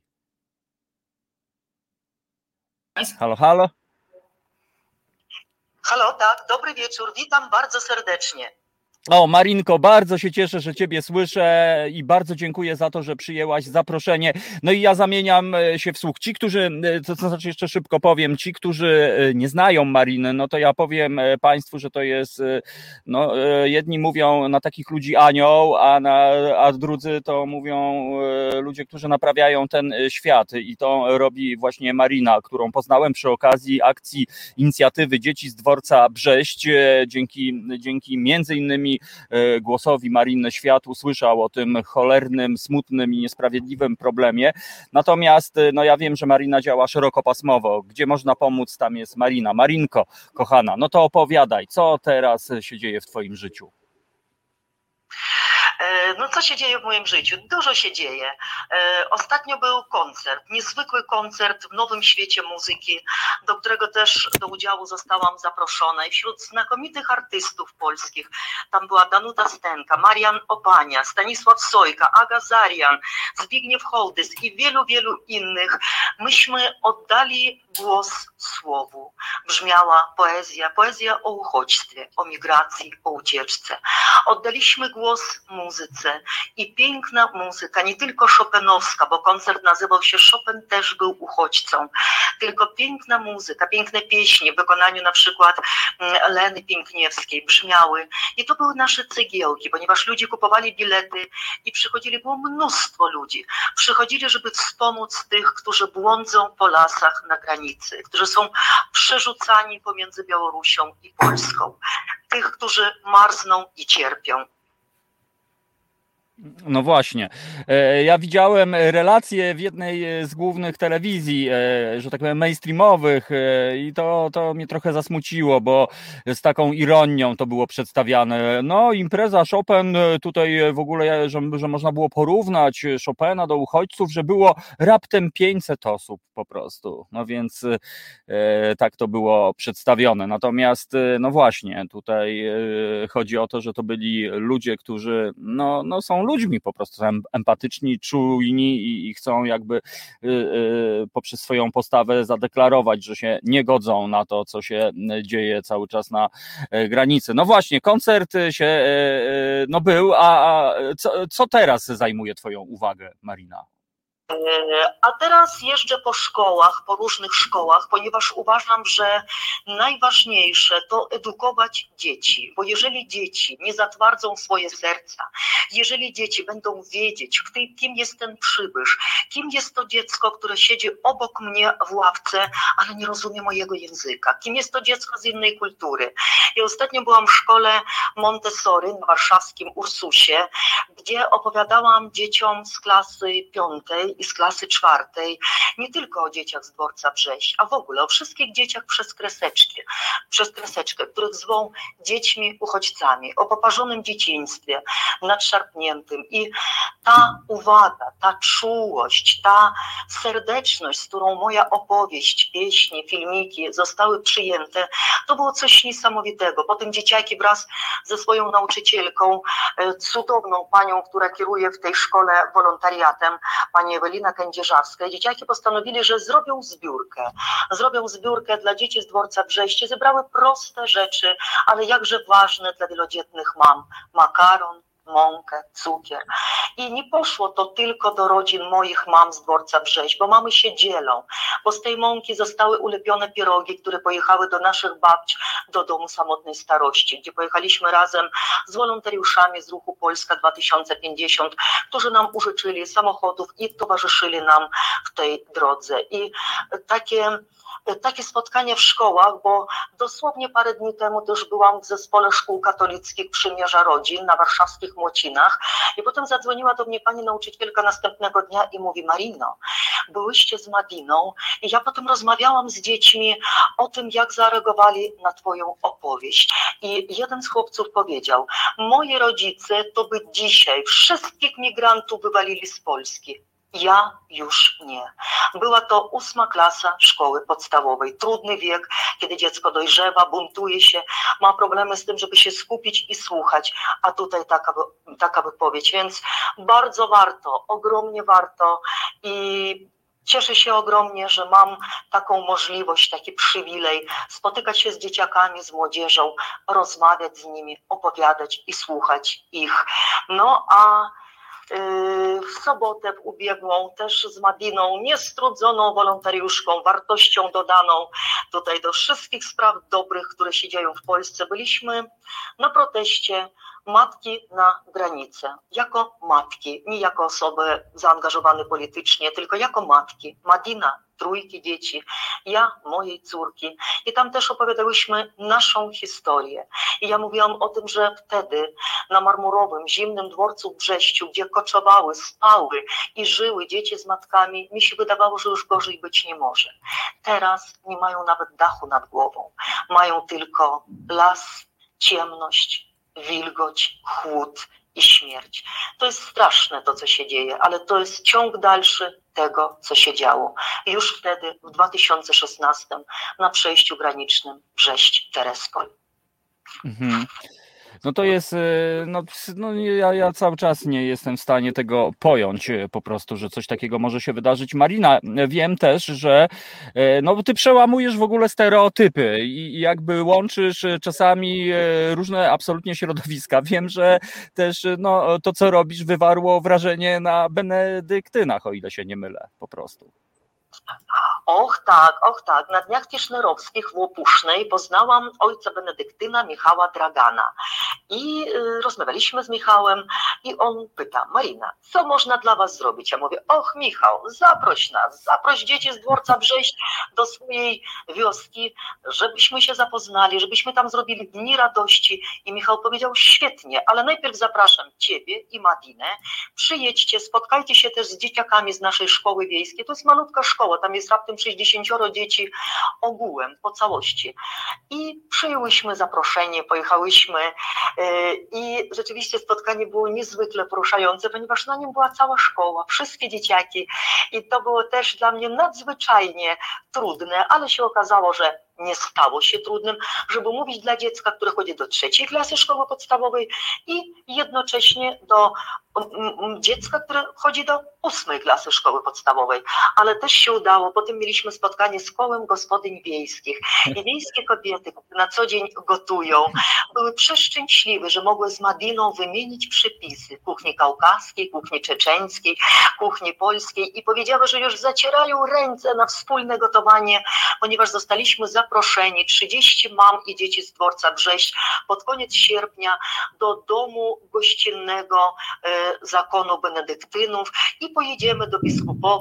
Speaker 2: Halo, halo?
Speaker 7: Halo, tak, dobry wieczór, witam bardzo serdecznie.
Speaker 2: O, Marinko, bardzo się cieszę, że Ciebie słyszę i bardzo dziękuję za to, że przyjęłaś zaproszenie. No i ja zamieniam się w słuch. Ci, którzy, to znaczy jeszcze szybko powiem, ci, którzy nie znają Mariny, no to ja powiem Państwu, że to jest, no jedni mówią na takich ludzi anioł, a drudzy to mówią ludzie, którzy naprawiają ten świat i to robi właśnie Marina, którą poznałem przy okazji akcji inicjatywy Dzieci z Dworca Brześć, dzięki między innymi głosowi Mariny świat usłyszał o tym cholernym, smutnym i niesprawiedliwym problemie. Natomiast no ja wiem, że Marina działa szerokopasmowo. Gdzie można pomóc, tam jest Marina. Marinko, kochana, no to opowiadaj, co teraz się dzieje w Twoim życiu?
Speaker 7: No co się dzieje w moim życiu? Dużo się dzieje. Ostatnio był koncert, niezwykły koncert w Nowym Świecie Muzyki, do którego też do udziału zostałam zaproszona i wśród znakomitych artystów polskich, tam była Danuta Stenka, Marian Opania, Stanisław Sojka, Aga Zarian, Zbigniew Hołdys i wielu, wielu innych. Myśmy oddali głos słowu. Brzmiała poezja o uchodźstwie, o migracji, o ucieczce. Oddaliśmy głos muzyce i piękna muzyka, nie tylko chopinowska, bo koncert nazywał się Chopin też był uchodźcą, tylko piękna muzyka, piękne pieśni w wykonaniu na przykład Leny Piękniewskiej brzmiały i to były nasze cegiełki, ponieważ ludzie kupowali bilety i przychodzili, było mnóstwo ludzi, przychodzili, żeby wspomóc tych, którzy błądzą po lasach na granicy, którzy są przerzucani pomiędzy Białorusią i Polską, tych, którzy marzną i cierpią.
Speaker 2: No właśnie. Ja widziałem relacje w jednej z głównych telewizji, że tak powiem mainstreamowych i to mnie trochę zasmuciło, bo z taką ironią to było przedstawiane. No impreza Chopin tutaj w ogóle, że można było porównać Chopina do uchodźców, że było raptem 500 osób po prostu. No więc tak to było przedstawione. Natomiast no właśnie, tutaj chodzi o to, że to byli ludzie, którzy no są ludźmi po prostu, są empatyczni, czujni i chcą jakby poprzez swoją postawę zadeklarować, że się nie godzą na to, co się dzieje cały czas na granicy. No właśnie, koncert się no był, a co teraz zajmuje Twoją uwagę, Marina?
Speaker 7: A teraz jeżdżę po szkołach, po różnych szkołach, ponieważ uważam, że najważniejsze to edukować dzieci, bo jeżeli dzieci nie zatwardzą swoje serca, jeżeli dzieci będą wiedzieć, kim jest ten przybysz, kim jest to dziecko, które siedzi obok mnie w ławce, ale nie rozumie mojego języka, kim jest to dziecko z innej kultury. Ja ostatnio byłam w szkole Montessori na warszawskim Ursusie, gdzie opowiadałam dzieciom z klasy 5. i i z klasy 4, nie tylko o dzieciach z dworca Brześć, a w ogóle o wszystkich dzieciach przez kreseczkę, których zwą dziećmi uchodźcami, o poparzonym dzieciństwie, nadszarpniętym. I ta uwaga, ta czułość, ta serdeczność, z którą moja opowieść, pieśni, filmiki zostały przyjęte, to było coś niesamowitego. Potem dzieciaki wraz ze swoją nauczycielką, cudowną panią, która kieruje w tej szkole wolontariatem, pani Ewelina Kędzierzawska, dzieciaki postanowili, że zrobią zbiórkę dla dzieci z dworca Brzeście. Zebrały proste rzeczy, ale jakże ważne dla wielodzietnych mam. Makaron, mąkę, cukier. I nie poszło to tylko do rodzin moich mam z dworca Brześć, bo mamy się dzielą, bo z tej mąki zostały ulepione pierogi, które pojechały do naszych babć, do domu samotnej starości, gdzie pojechaliśmy razem z wolontariuszami z ruchu Polska 2050, którzy nam użyczyli samochodów i towarzyszyli nam w tej drodze. I takie spotkania w szkołach, bo dosłownie parę dni temu też byłam w zespole szkół katolickich Przymierza Rodzin na warszawskich Młocinach i potem zadzwoniła do mnie pani nauczycielka następnego dnia i mówi: Marino, byłyście z Madiną i ja potem rozmawiałam z dziećmi o tym, jak zareagowali na twoją opowieść. I jeden z chłopców powiedział: moi rodzice to by dzisiaj wszystkich migrantów wywalili z Polski. Ja już nie. Była to 8. klasa szkoły podstawowej. Trudny wiek, kiedy dziecko dojrzewa, buntuje się, ma problemy z tym, żeby się skupić i słuchać, a tutaj taka wypowiedź. Więc bardzo warto, ogromnie warto i cieszę się ogromnie, że mam taką możliwość, taki przywilej spotykać się z dzieciakami, z młodzieżą, rozmawiać z nimi, opowiadać i słuchać ich. No a w sobotę w ubiegłą też z Madiną, niestrudzoną wolontariuszką, wartością dodaną tutaj do wszystkich spraw dobrych, które się dzieją w Polsce, byliśmy na proteście Matki na granicę. Jako matki, nie jako osoby zaangażowane politycznie, tylko jako matki. Madina, 3 dzieci, ja, mojej córki. I tam też opowiadałyśmy naszą historię. I ja mówiłam o tym, że wtedy na marmurowym, zimnym dworcu w Brześciu, gdzie koczowały, spały i żyły dzieci z matkami, mi się wydawało, że już gorzej być nie może. Teraz nie mają nawet dachu nad głową. Mają tylko las, ciemność, wilgoć, chłód i śmierć. To jest straszne to, co się dzieje, ale to jest ciąg dalszy tego, co się działo. Już wtedy, w 2016, na przejściu granicznym Brześć-Terespol.
Speaker 2: Mhm. No to jest, ja cały czas nie jestem w stanie tego pojąć po prostu, że coś takiego może się wydarzyć. Marina, wiem też, że ty przełamujesz w ogóle stereotypy i jakby łączysz czasami różne absolutnie środowiska. Wiem, że też to, co robisz, wywarło wrażenie na benedyktynach, o ile się nie mylę po prostu.
Speaker 7: Och tak. Na Dniach Tischnerowskich w Łopusznej poznałam ojca benedyktyna Michała Dragana i rozmawialiśmy z Michałem i on pyta: Marina, co można dla was zrobić? Ja mówię: och Michał, zaproś nas, zaproś dzieci z dworca Brześć do swojej wioski, żebyśmy się zapoznali, żebyśmy tam zrobili dni radości. I Michał powiedział: świetnie, ale najpierw zapraszam ciebie i Madinę, przyjedźcie, spotkajcie się też z dzieciakami z naszej szkoły wiejskiej. To jest malutka szkoła, tam jest raptem 60 dzieci ogółem, po całości. I przyjęłyśmy zaproszenie, pojechałyśmy i rzeczywiście spotkanie było niezwykle poruszające, ponieważ na nim była cała szkoła, wszystkie dzieciaki i to było też dla mnie nadzwyczajnie trudne, ale się okazało, że nie stało się trudnym, żeby mówić dla dziecka, które chodzi do 3. klasy szkoły podstawowej i jednocześnie do dziecka, które chodzi do 8. klasy szkoły podstawowej, ale też się udało. Potem mieliśmy spotkanie z kołem gospodyń wiejskich i wiejskie kobiety, które na co dzień gotują, były przeszczęśliwe, że mogły z Madiną wymienić przepisy kuchni kaukaskiej, kuchni czeczeńskiej, kuchni polskiej i powiedziały, że już zacierają ręce na wspólne gotowanie, ponieważ zostaliśmy zaproszeni, 30 mam i dzieci z dworca Brześć, pod koniec sierpnia do domu gościnnego zakonu benedyktynów i pojedziemy do Biskupowa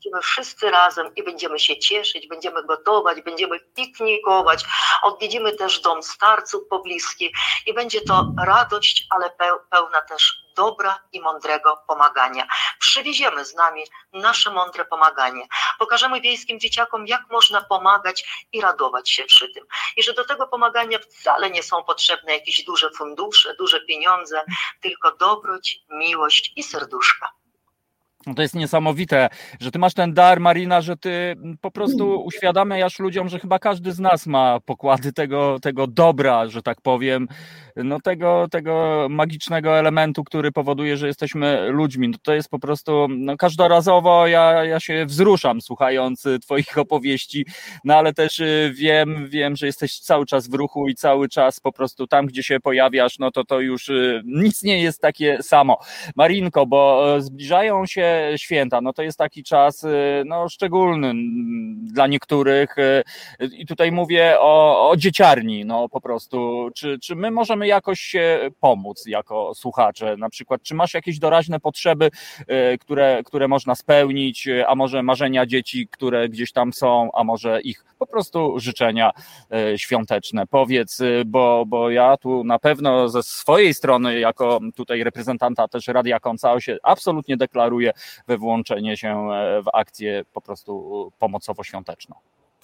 Speaker 7: będziemy wszyscy razem i będziemy się cieszyć, będziemy gotować, będziemy piknikować, odwiedzimy też dom starców pobliskich i będzie to radość, ale pełna też dobra i mądrego pomagania. Przywieziemy z nami nasze mądre pomaganie. Pokażemy wiejskim dzieciakom, jak można pomagać i radować się przy tym. I że do tego pomagania wcale nie są potrzebne jakieś duże fundusze, duże pieniądze, tylko dobroć, miłość i serduszka.
Speaker 2: No to jest niesamowite, że ty masz ten dar, Marina, że ty po prostu uświadamiasz ludziom, że chyba każdy z nas ma pokłady tego dobra, że tak powiem, no tego magicznego elementu, który powoduje, że jesteśmy ludźmi. No to jest po prostu, no każdorazowo ja się wzruszam słuchając twoich opowieści, no ale też wiem, że jesteś cały czas w ruchu i cały czas po prostu tam, gdzie się pojawiasz, no to już nic nie jest takie samo. Marinko, bo zbliżają się święta, no to jest taki czas no, szczególny dla niektórych i tutaj mówię o dzieciarni, no po prostu, czy my możemy jakoś się pomóc jako słuchacze, na przykład, czy masz jakieś doraźne potrzeby, które można spełnić, a może marzenia dzieci, które gdzieś tam są, a może ich po prostu życzenia świąteczne, powiedz, bo ja tu na pewno ze swojej strony, jako tutaj reprezentanta też Radia Koncao się absolutnie deklaruję we włączenie się w akcję po prostu pomocowo-świąteczną.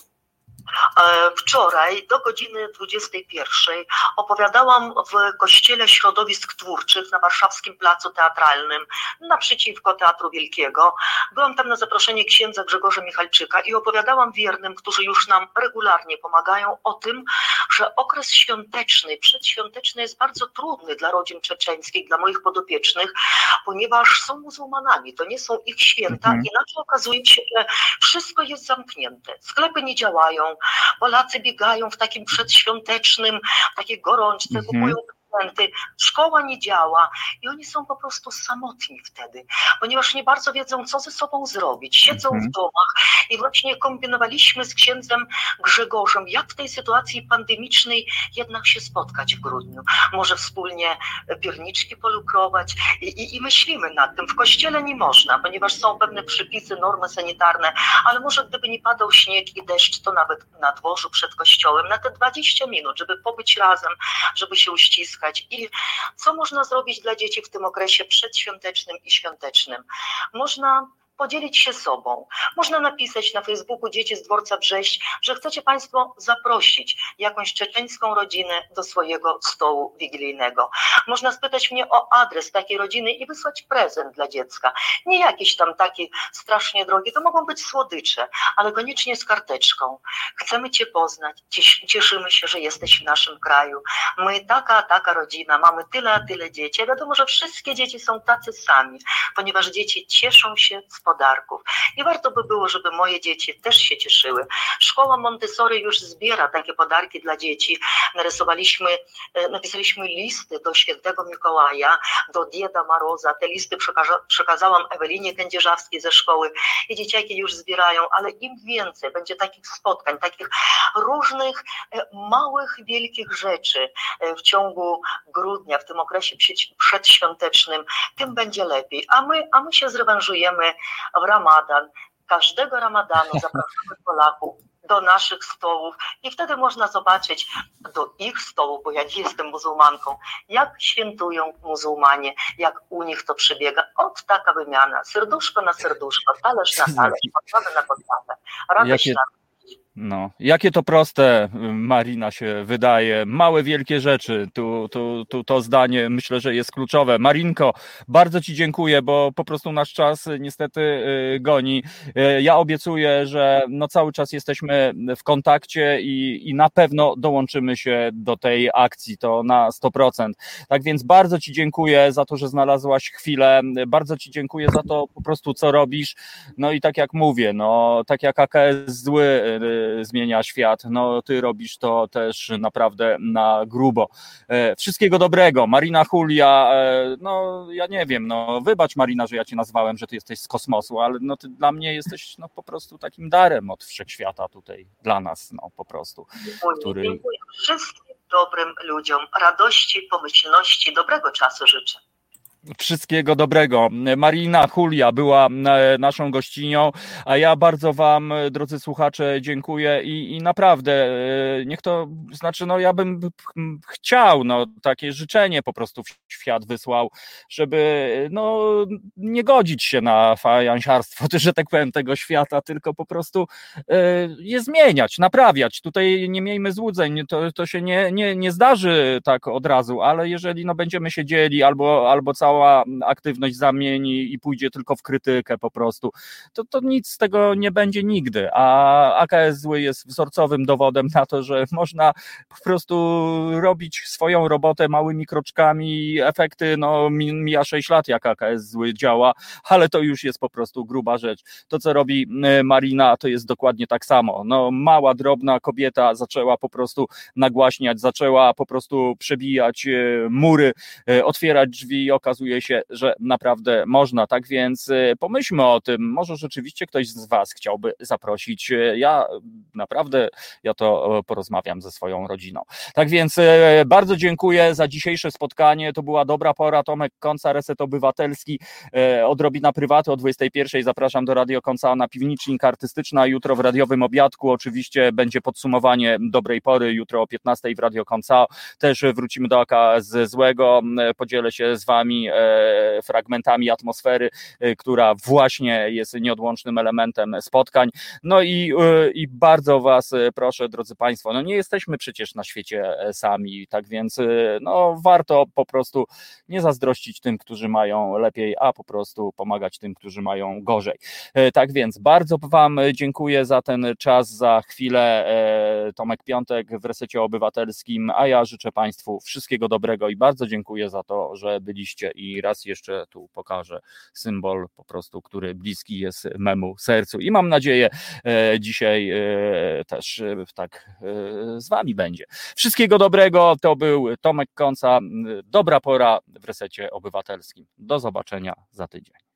Speaker 7: Wczoraj do godziny 21 opowiadałam w Kościele Środowisk Twórczych na Warszawskim Placu Teatralnym naprzeciwko Teatru Wielkiego. Byłam tam na zaproszenie księdza Grzegorza Michalczyka i opowiadałam wiernym, którzy już nam regularnie pomagają, o tym, że okres świąteczny, przedświąteczny jest bardzo trudny dla rodzin czeczeńskich, dla moich podopiecznych, ponieważ są muzułmanami, to nie są ich święta, inaczej okazuje się, że wszystko jest zamknięte, sklepy nie działają, Polacy biegają w takim przedświątecznym, w takiej gorączce, kupują prezenty, szkoła nie działa i oni są po prostu samotni wtedy, ponieważ nie bardzo wiedzą, co ze sobą zrobić. Siedzą w domach i właśnie kombinowaliśmy z księdzem Grzegorzem, jak w tej sytuacji pandemicznej jednak się spotkać w grudniu. Może wspólnie pierniczki polukrować i myślimy nad tym. W kościele nie można, ponieważ są pewne przepisy, normy sanitarne, ale może gdyby nie padał śnieg i deszcz, to nawet na dworzu przed kościołem, na te 20 minut, żeby pobyć razem, żeby się uściskać. I co można zrobić dla dzieci w tym okresie przedświątecznym i świątecznym? Można podzielić się sobą. Można napisać na Facebooku Dzieci z Dworca Brześć, że chcecie Państwo zaprosić jakąś czeczeńską rodzinę do swojego stołu wigilijnego. Można spytać mnie o adres takiej rodziny i wysłać prezent dla dziecka. Nie jakiś tam taki strasznie drogi, to mogą być słodycze, ale koniecznie z karteczką. Chcemy Cię poznać, cieszymy się, że jesteś w naszym kraju. My taka rodzina, mamy tyle a tyle dzieci. Wiadomo, że wszystkie dzieci są tacy sami, ponieważ dzieci cieszą się z podarków. I warto by było, żeby moje dzieci też się cieszyły. Szkoła Montessori już zbiera takie podarki dla dzieci. Napisaliśmy listy do Świętego Mikołaja, do Dieda Maroza. Te listy przekazałam Ewelinie Kędzierzawskiej ze szkoły i dzieciaki już zbierają, ale im więcej będzie takich spotkań, takich różnych małych, wielkich rzeczy w ciągu grudnia, w tym okresie przedświątecznym, tym będzie lepiej. A my się zrewanżujemy w Ramadan. Każdego Ramadanu zapraszamy Polaków do naszych stołów i wtedy można zobaczyć do ich stołu, bo ja nie jestem muzułmanką, jak świętują muzułmanie, jak u nich to przebiega. Od taka wymiana, serduszko na serduszko, talerz na talerz, podstawę na podstawę, radość na
Speaker 2: No, jakie to proste, Marina, się wydaje. Małe, wielkie rzeczy. Tu to zdanie myślę, że jest kluczowe. Marinko, bardzo Ci dziękuję, bo po prostu nasz czas niestety goni. Ja obiecuję, że no cały czas jesteśmy w kontakcie i na pewno dołączymy się do tej akcji, to na 100%. Tak więc bardzo Ci dziękuję za to, że znalazłaś chwilę. Bardzo Ci dziękuję za to po prostu, co robisz. No i tak jak mówię, no tak jak AKS zły zmienia świat, no ty robisz to też naprawdę na grubo. Wszystkiego dobrego. Marina Hulia, no ja nie wiem, no wybacz Marina, że ja cię nazwałem, że ty jesteś z kosmosu, ale no ty dla mnie jesteś no po prostu takim darem od wszechświata tutaj dla nas, no po prostu.
Speaker 7: Dziękuję wszystkim dobrym ludziom, radości, pomyślności, dobrego czasu życzę.
Speaker 2: Wszystkiego dobrego. Marina Julia była naszą gościnią, a ja bardzo wam, drodzy słuchacze, dziękuję i naprawdę niech to, znaczy no ja bym chciał, no takie życzenie po prostu w świat wysłał, żeby no nie godzić się na fajansiarstwo, że tak powiem, tego świata, tylko po prostu je zmieniać, naprawiać. Tutaj nie miejmy złudzeń, to się nie zdarzy tak od razu, ale jeżeli no będziemy się dzieli albo cała aktywność zamieni i pójdzie tylko w krytykę po prostu, to nic z tego nie będzie nigdy, a AKS zły jest wzorcowym dowodem na to, że można po prostu robić swoją robotę małymi kroczkami, efekty, no mija 6 lat jak AKS zły działa, ale to już jest po prostu gruba rzecz. To co robi Marina to jest dokładnie tak samo, no mała, drobna kobieta zaczęła po prostu nagłaśniać, zaczęła po prostu przebijać mury, otwierać drzwi i okazuje się, że naprawdę można, tak więc pomyślmy o tym, może rzeczywiście ktoś z was chciałby zaprosić, ja to porozmawiam ze swoją rodziną. Tak więc bardzo dziękuję za dzisiejsze spotkanie, to była dobra pora, Tomek Konca, Reset Obywatelski, odrobina prywaty o 21:00, zapraszam do Radio Konca na Piwnicznik Artystyczna, jutro w radiowym obiadku oczywiście będzie podsumowanie dobrej pory, jutro o 15:00 w Radio Konca, też wrócimy do AKS złego, podzielę się z wami fragmentami atmosfery, która właśnie jest nieodłącznym elementem spotkań. No i bardzo was proszę, drodzy państwo, no nie jesteśmy przecież na świecie sami, tak więc no warto po prostu nie zazdrościć tym, którzy mają lepiej, a po prostu pomagać tym, którzy mają gorzej. Tak więc bardzo wam dziękuję za ten czas, za chwilę. Tomek Piątek w Resecie Obywatelskim, a ja życzę państwu wszystkiego dobrego i bardzo dziękuję za to, że byliście i raz jeszcze tu pokażę symbol po prostu, który bliski jest memu sercu i mam nadzieję dzisiaj też tak z wami będzie. Wszystkiego dobrego, to był Tomek Konca, dobra pora w Resecie Obywatelskim. Do zobaczenia za tydzień.